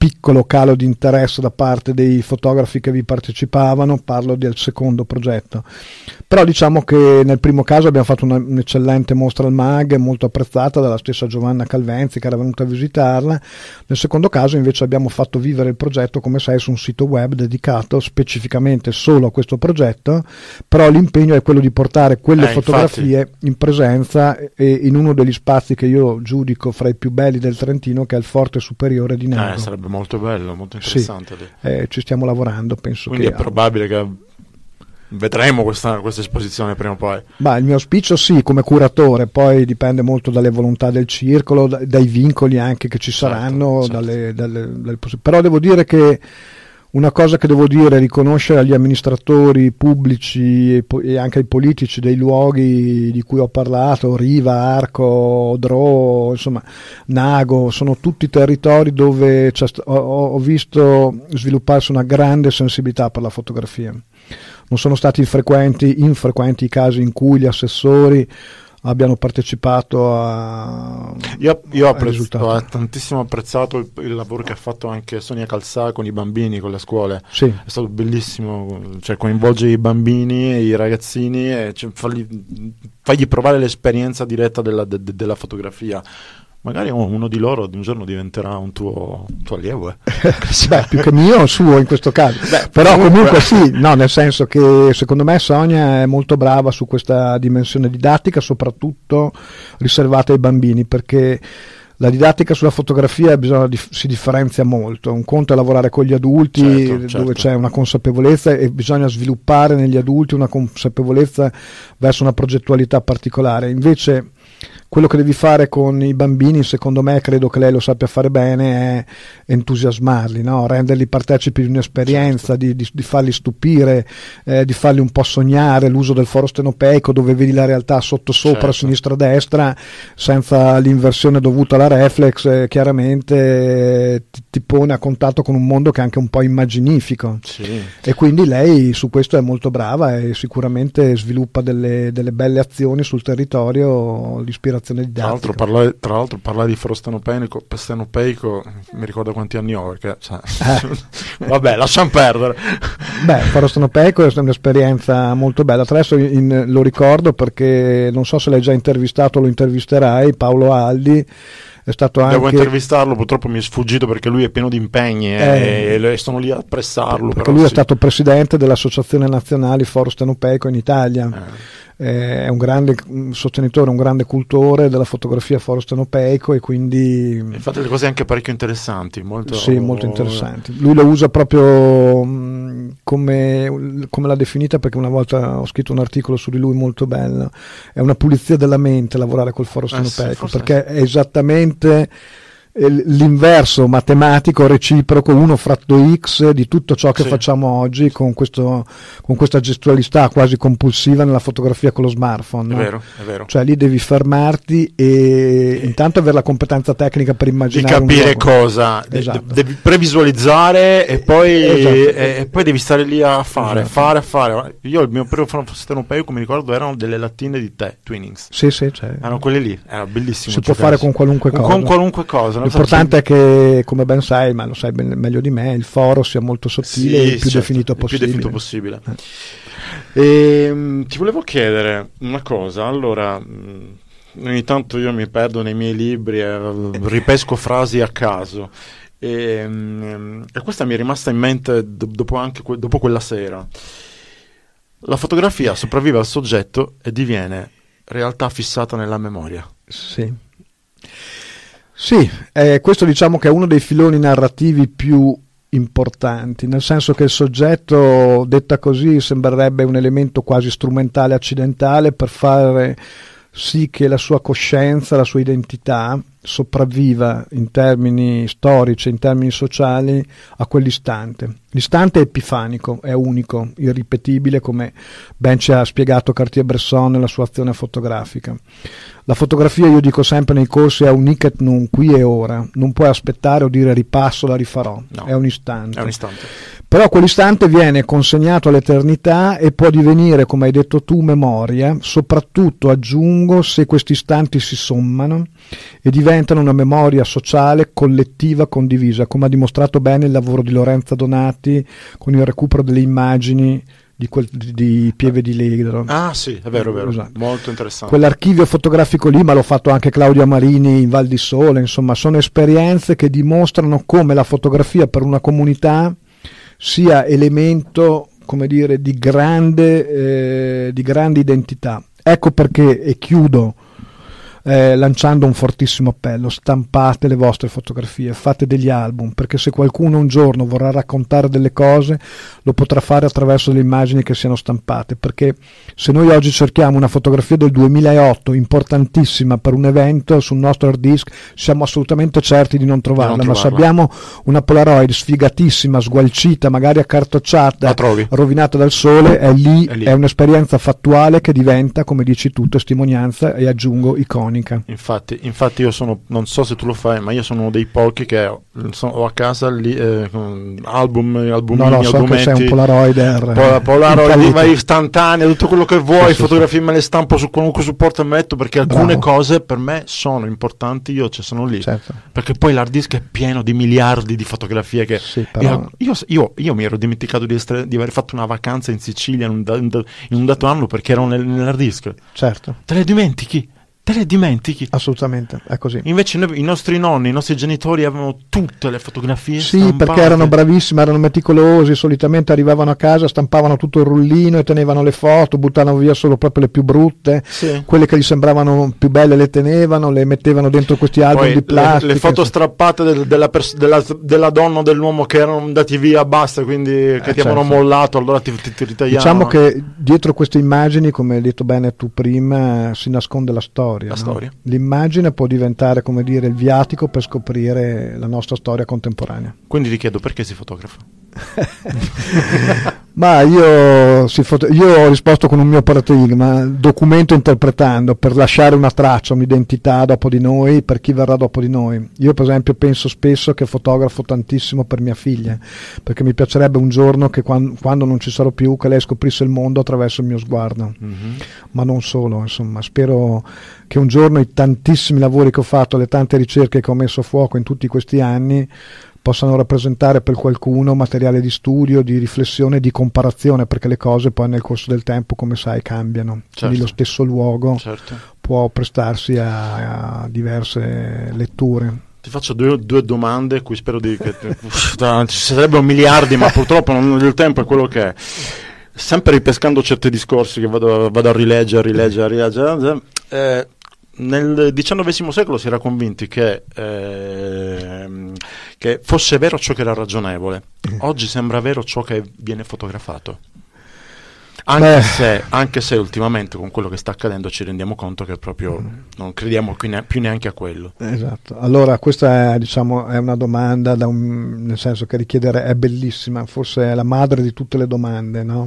piccolo calo di interesse da parte dei fotografi che vi partecipavano, parlo del secondo progetto. Però diciamo che nel primo caso abbiamo fatto un'eccellente mostra al MAG, molto apprezzata dalla stessa Giovanna Calvenzi che era venuta a visitarla. Nel secondo caso invece abbiamo fatto vivere il progetto, come sai, su un sito web dedicato specificamente solo a questo progetto, però l'impegno è quello di portare quelle fotografie infatti in presenza e in uno degli spazi che io giudico fra i più belli del Trentino, che è il Forte Superiore di Nago. Sarebbe molto bello, molto interessante. Sì, ci stiamo lavorando, penso. Quindi che è probabile che vedremo questa esposizione prima o poi. Il mio auspicio sì, come curatore, poi dipende molto dalle volontà del circolo, dai vincoli anche che ci saranno, certo. Però devo dire che una cosa che devo dire è riconoscere agli amministratori pubblici e anche ai politici dei luoghi di cui ho parlato, Riva, Arco, Dro, insomma Nago, sono tutti territori dove ho visto svilupparsi una grande sensibilità per la fotografia. Non sono stati infrequenti i casi in cui gli assessori abbiano partecipato a io ho tantissimo apprezzato il lavoro che ha fatto anche Sonia Calzà con i bambini, con le scuole. Sì. È stato bellissimo, cioè coinvolgere i bambini e i ragazzini e fargli provare l'esperienza diretta della fotografia. Magari uno di loro un giorno diventerà un tuo allievo. Più che mio, suo in questo caso. Però comunque sì, no, nel senso che secondo me Sonia è molto brava su questa dimensione didattica, soprattutto riservata ai bambini, perché la didattica sulla fotografia si differenzia molto. Un conto è lavorare con gli adulti, certo. Dove c'è una consapevolezza e bisogna sviluppare negli adulti una consapevolezza verso una progettualità particolare. Invece quello che devi fare con i bambini, secondo me, credo che lei lo sappia fare bene, è entusiasmarli, no? Renderli partecipi di un'esperienza, certo. di farli stupire, di farli un po' sognare, l'uso del foro stenopeico dove vedi la realtà sotto, sopra, certo. Sinistra, destra, senza l'inversione dovuta alla reflex, chiaramente ti pone a contatto con un mondo che è anche un po' immaginifico. Sì. E quindi lei su questo è molto brava e sicuramente sviluppa delle belle azioni sul territorio, l'ispirazione didattica. Tra l'altro parlare di foro stenopeico mi ricorda quanti anni ho, perché vabbè, lasciamo perdere. Foro stenopeico è un'esperienza molto bella. Adesso lo ricordo perché non so se l'hai già intervistato o lo intervisterai, Paolo Aldi. È stato anche... Devo intervistarlo, purtroppo mi è sfuggito perché lui è pieno di impegni e sono lì a pressarlo. Perché lui è stato presidente dell'Associazione Nazionale Foro Stenopeico in Italia. È un grande sostenitore, un grande cultore della fotografia foro stenopeico e quindi infatti le cose anche parecchio interessanti, molto interessanti. Lui lo usa proprio come l'ha definita, perché una volta ho scritto un articolo su di lui molto bello. È una pulizia della mente lavorare col foro stenopeico, perché è esattamente l'inverso matematico reciproco, 1 fratto x di tutto ciò che facciamo oggi con questa gestualità quasi compulsiva nella fotografia con lo smartphone. È vero. Cioè lì devi fermarti e intanto avere la competenza tecnica per immaginare di capire un luogo. cosa, esatto. devi previsualizzare e poi devi stare lì a fare. Io il mio primo foro stenopeico, mi ricordo, erano delle lattine di tè, Twinings. Sì, cioè, erano quelle lì, era bellissimo. Si può fare con qualunque cosa. Con qualunque cosa. L'importante è che, come ben sai, ma lo sai meglio di me, il foro sia molto sottile e il più definito possibile. Ti volevo chiedere una cosa. Allora, ogni tanto io mi perdo nei miei libri e ripesco frasi a caso e questa mi è rimasta in mente dopo quella sera. La fotografia sopravvive al soggetto e diviene realtà fissata nella memoria. Sì, questo diciamo che è uno dei filoni narrativi più importanti, nel senso che il soggetto, detta così, sembrerebbe un elemento quasi strumentale, accidentale, per fare sì che la sua coscienza, la sua identità sopravviva in termini storici, in termini sociali a quell'istante. L'istante è epifanico, è unico, irripetibile, come ben ci ha spiegato Cartier-Bresson nella sua azione fotografica. La fotografia, io dico sempre nei corsi, è un hic et nunc, qui e ora, non puoi aspettare o dire ripasso, la rifarò, no, è un istante. Però quell'istante viene consegnato all'eternità e può divenire, come hai detto tu, memoria, soprattutto, aggiungo, se questi istanti si sommano e diventano una memoria sociale, collettiva, condivisa, come ha dimostrato bene il lavoro di Lorenzo Donati con il recupero delle immagini di Pieve di Ledro. Ah sì, è vero, esatto. Molto interessante. Quell'archivio fotografico lì, ma l'ho fatto anche Claudio Marini in Val di Sole, insomma sono esperienze che dimostrano come la fotografia per una comunità sia elemento, come dire, di grande identità. Ecco perché, e chiudo lanciando un fortissimo appello: stampate le vostre fotografie, fate degli album, perché se qualcuno un giorno vorrà raccontare delle cose lo potrà fare attraverso le immagini che siano stampate, perché se noi oggi cerchiamo una fotografia del 2008 importantissima per un evento sul nostro hard disk, siamo assolutamente certi di non trovarla, ma se abbiamo una Polaroid sfigatissima, sgualcita, magari accartocciata, rovinata dal sole, è lì. È un'esperienza fattuale che diventa, come dici tu, testimonianza e aggiungo iconica. Infatti io sono, non so se tu lo fai, ma io sono uno dei pochi che ho a casa lì, albumini, so che sei un Polaroid Polaroid vai istantanea, tutto quello che vuoi, fotografie me le stampo su qualunque supporto e metto, perché alcune cose per me sono importanti, io sono lì, certo. Perché poi l'hard disk è pieno di miliardi di fotografie che però... io mi ero dimenticato di aver fatto una vacanza in Sicilia in un dato anno perché ero nell'hard disk. Certo. Te le dimentichi? Assolutamente, è così. Invece i nostri nonni, i nostri genitori avevano tutte le fotografie stampate. Perché erano bravissimi, erano meticolosi, solitamente arrivavano a casa, stampavano tutto il rullino e tenevano le foto, buttavano via solo proprio le più brutte, quelle che gli sembravano più belle le tenevano, le mettevano dentro questi album di plastica. Le foto strappate della donna o dell'uomo che erano andati via, basta, quindi che ti avevano mollato, allora ti ritagliavano. Diciamo che dietro queste immagini, come hai detto bene tu prima, si nasconde la storia. Storia. L'immagine può diventare, come dire, il viatico per scoprire la nostra storia contemporanea. Quindi ti chiedo, perché si fotografa? Ma io ho risposto con un mio paradigma: documento interpretando, per lasciare una traccia, un'identità dopo di noi, per chi verrà dopo di noi. Io per esempio penso spesso che fotografo tantissimo per mia figlia, perché mi piacerebbe un giorno che quando non ci sarò più, che lei scoprisse il mondo attraverso il mio sguardo. Ma non solo, insomma, spero che un giorno i tantissimi lavori che ho fatto, le tante ricerche che ho messo a fuoco in tutti questi anni, possano rappresentare per qualcuno materiale di studio, di riflessione, di comparazione, perché le cose poi nel corso del tempo, come sai, cambiano. Certo. Quindi lo stesso luogo può prestarsi a diverse letture. Ti faccio due domande, cui spero che ci sarebbero miliardi, ma purtroppo il tempo è quello che è. Sempre ripescando certi discorsi che vado a rileggere. Nel XIX secolo si era convinti che fosse vero ciò che era ragionevole. Oggi sembra vero ciò che viene fotografato. Anche se ultimamente con quello che sta accadendo ci rendiamo conto che proprio non crediamo più neanche a quello. Esatto. Allora questa è una domanda nel senso che è bellissima, forse è la madre di tutte le domande, no?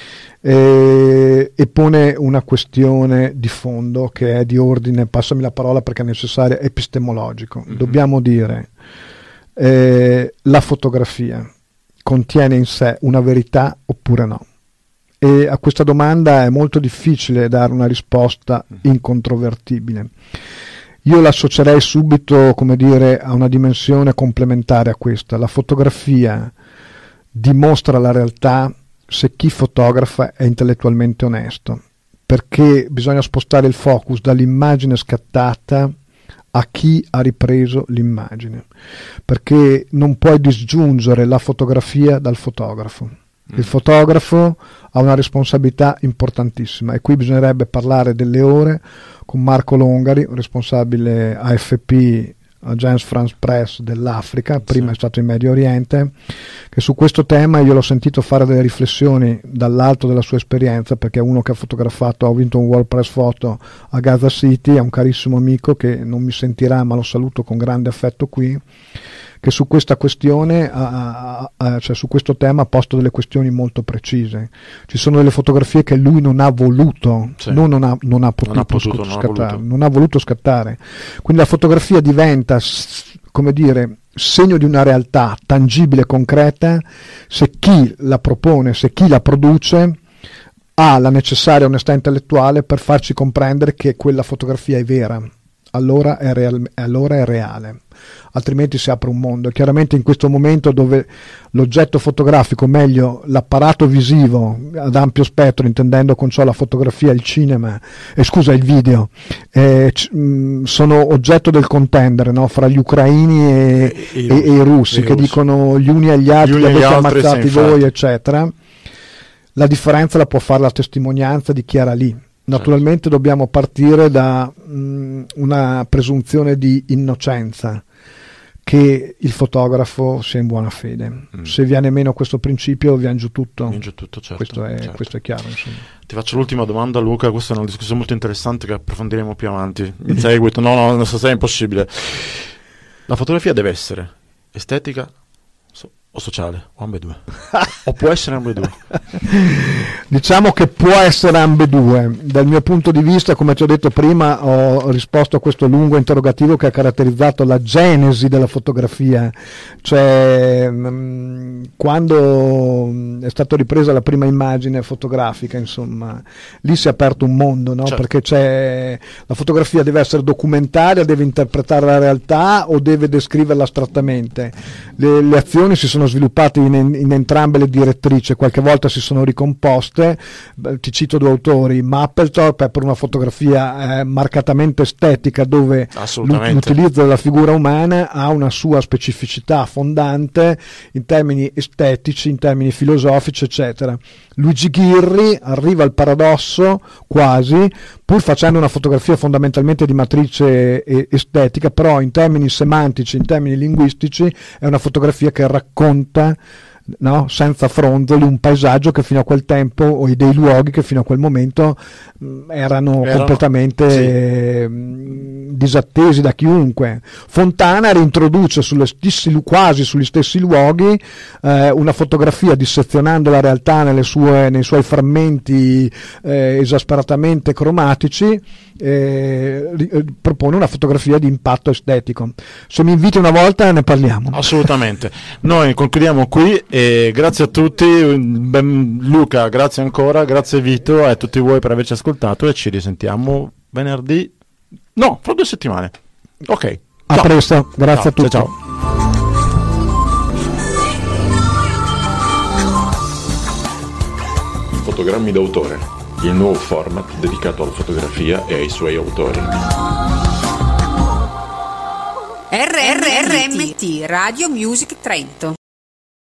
E pone una questione di fondo che è di ordine, passami la parola perché è necessaria, epistemologico. Dobbiamo dire la fotografia contiene in sé una verità oppure no? E a questa domanda è molto difficile dare una risposta incontrovertibile. Io l'associerei subito, come dire, a una dimensione complementare a questa. La fotografia dimostra la realtà se chi fotografa è intellettualmente onesto, perché bisogna spostare il focus dall'immagine scattata a chi ha ripreso l'immagine, perché non puoi disgiungere la fotografia dal fotografo. Il fotografo ha una responsabilità importantissima e qui bisognerebbe parlare delle ore con Marco Longari, responsabile AFP, Agence France Presse dell'Africa, prima è stato in Medio Oriente, che su questo tema io l'ho sentito fare delle riflessioni dall'alto della sua esperienza, perché è uno che ha fotografato, ha vinto un World Press Photo a Gaza City, è un carissimo amico che non mi sentirà ma lo saluto con grande affetto qui, che su questa questione, cioè su questo tema ha posto delle questioni molto precise. Ci sono delle fotografie che lui non ha voluto, non ha potuto scattare. Quindi la fotografia diventa, come dire, segno di una realtà tangibile e concreta se chi la propone, se chi la produce ha la necessaria onestà intellettuale per farci comprendere che quella fotografia è vera, allora è reale, altrimenti si apre un mondo. Chiaramente in questo momento dove l'oggetto fotografico, meglio l'apparato visivo ad ampio spettro, intendendo con ciò la fotografia, il cinema, il video, sono oggetto del contendere, no? Fra gli ucraini e i russi, che dicono gli uni agli altri: li avete ammazzati voi, eccetera. La differenza la può fare la testimonianza di chi era lì. Naturalmente dobbiamo partire da una presunzione di innocenza, che il fotografo sia in buona fede. Se viene meno questo principio, viene giù tutto. Certo, questo è chiaro, insomma. Ti faccio l'ultima domanda, Luca. Questa è una discussione molto interessante che approfondiremo più avanti in seguito. No, non so se è impossibile. La fotografia deve essere estetica o sociale, o ambedue? O può essere ambedue? Diciamo che può essere ambedue. Dal mio punto di vista, come ti ho detto prima, ho risposto a questo lungo interrogativo che ha caratterizzato la genesi della fotografia, cioè quando è stata ripresa la prima immagine fotografica, insomma, lì si è aperto un mondo, no? Certo. Perché la fotografia deve essere documentaria, deve interpretare la realtà o deve descriverla astrattamente. Le azioni si sono sviluppate in entrambe le direttrici, qualche volta si sono ricomposte. Ti cito due autori: Mapplethorpe per una fotografia marcatamente estetica, dove l'utilizzo della figura umana ha una sua specificità fondante in termini estetici, in termini filosofici, eccetera. Luigi Ghirri arriva al paradosso quasi, pur facendo una fotografia fondamentalmente di matrice estetica, però in termini semantici, in termini linguistici, è una fotografia che racconta, no, senza fronzoli, un paesaggio che fino a quel tempo, o dei luoghi che fino a quel momento erano completamente disattesi da chiunque. Fontana reintroduce quasi sugli stessi luoghi una fotografia, dissezionando la realtà nei suoi frammenti esasperatamente cromatici. Propone una fotografia di impatto estetico. Se mi inviti una volta ne parliamo. Assolutamente. Noi concludiamo qui e grazie a tutti. Luca, grazie ancora, grazie Vito e a tutti voi per averci ascoltato, e ci risentiamo venerdì, no, fra 2 settimane. Ok, a presto, grazie a tutti. Ciao. Fotogrammi d'autore, il nuovo format dedicato alla fotografia e ai suoi autori. RRMT Radio Music Trento.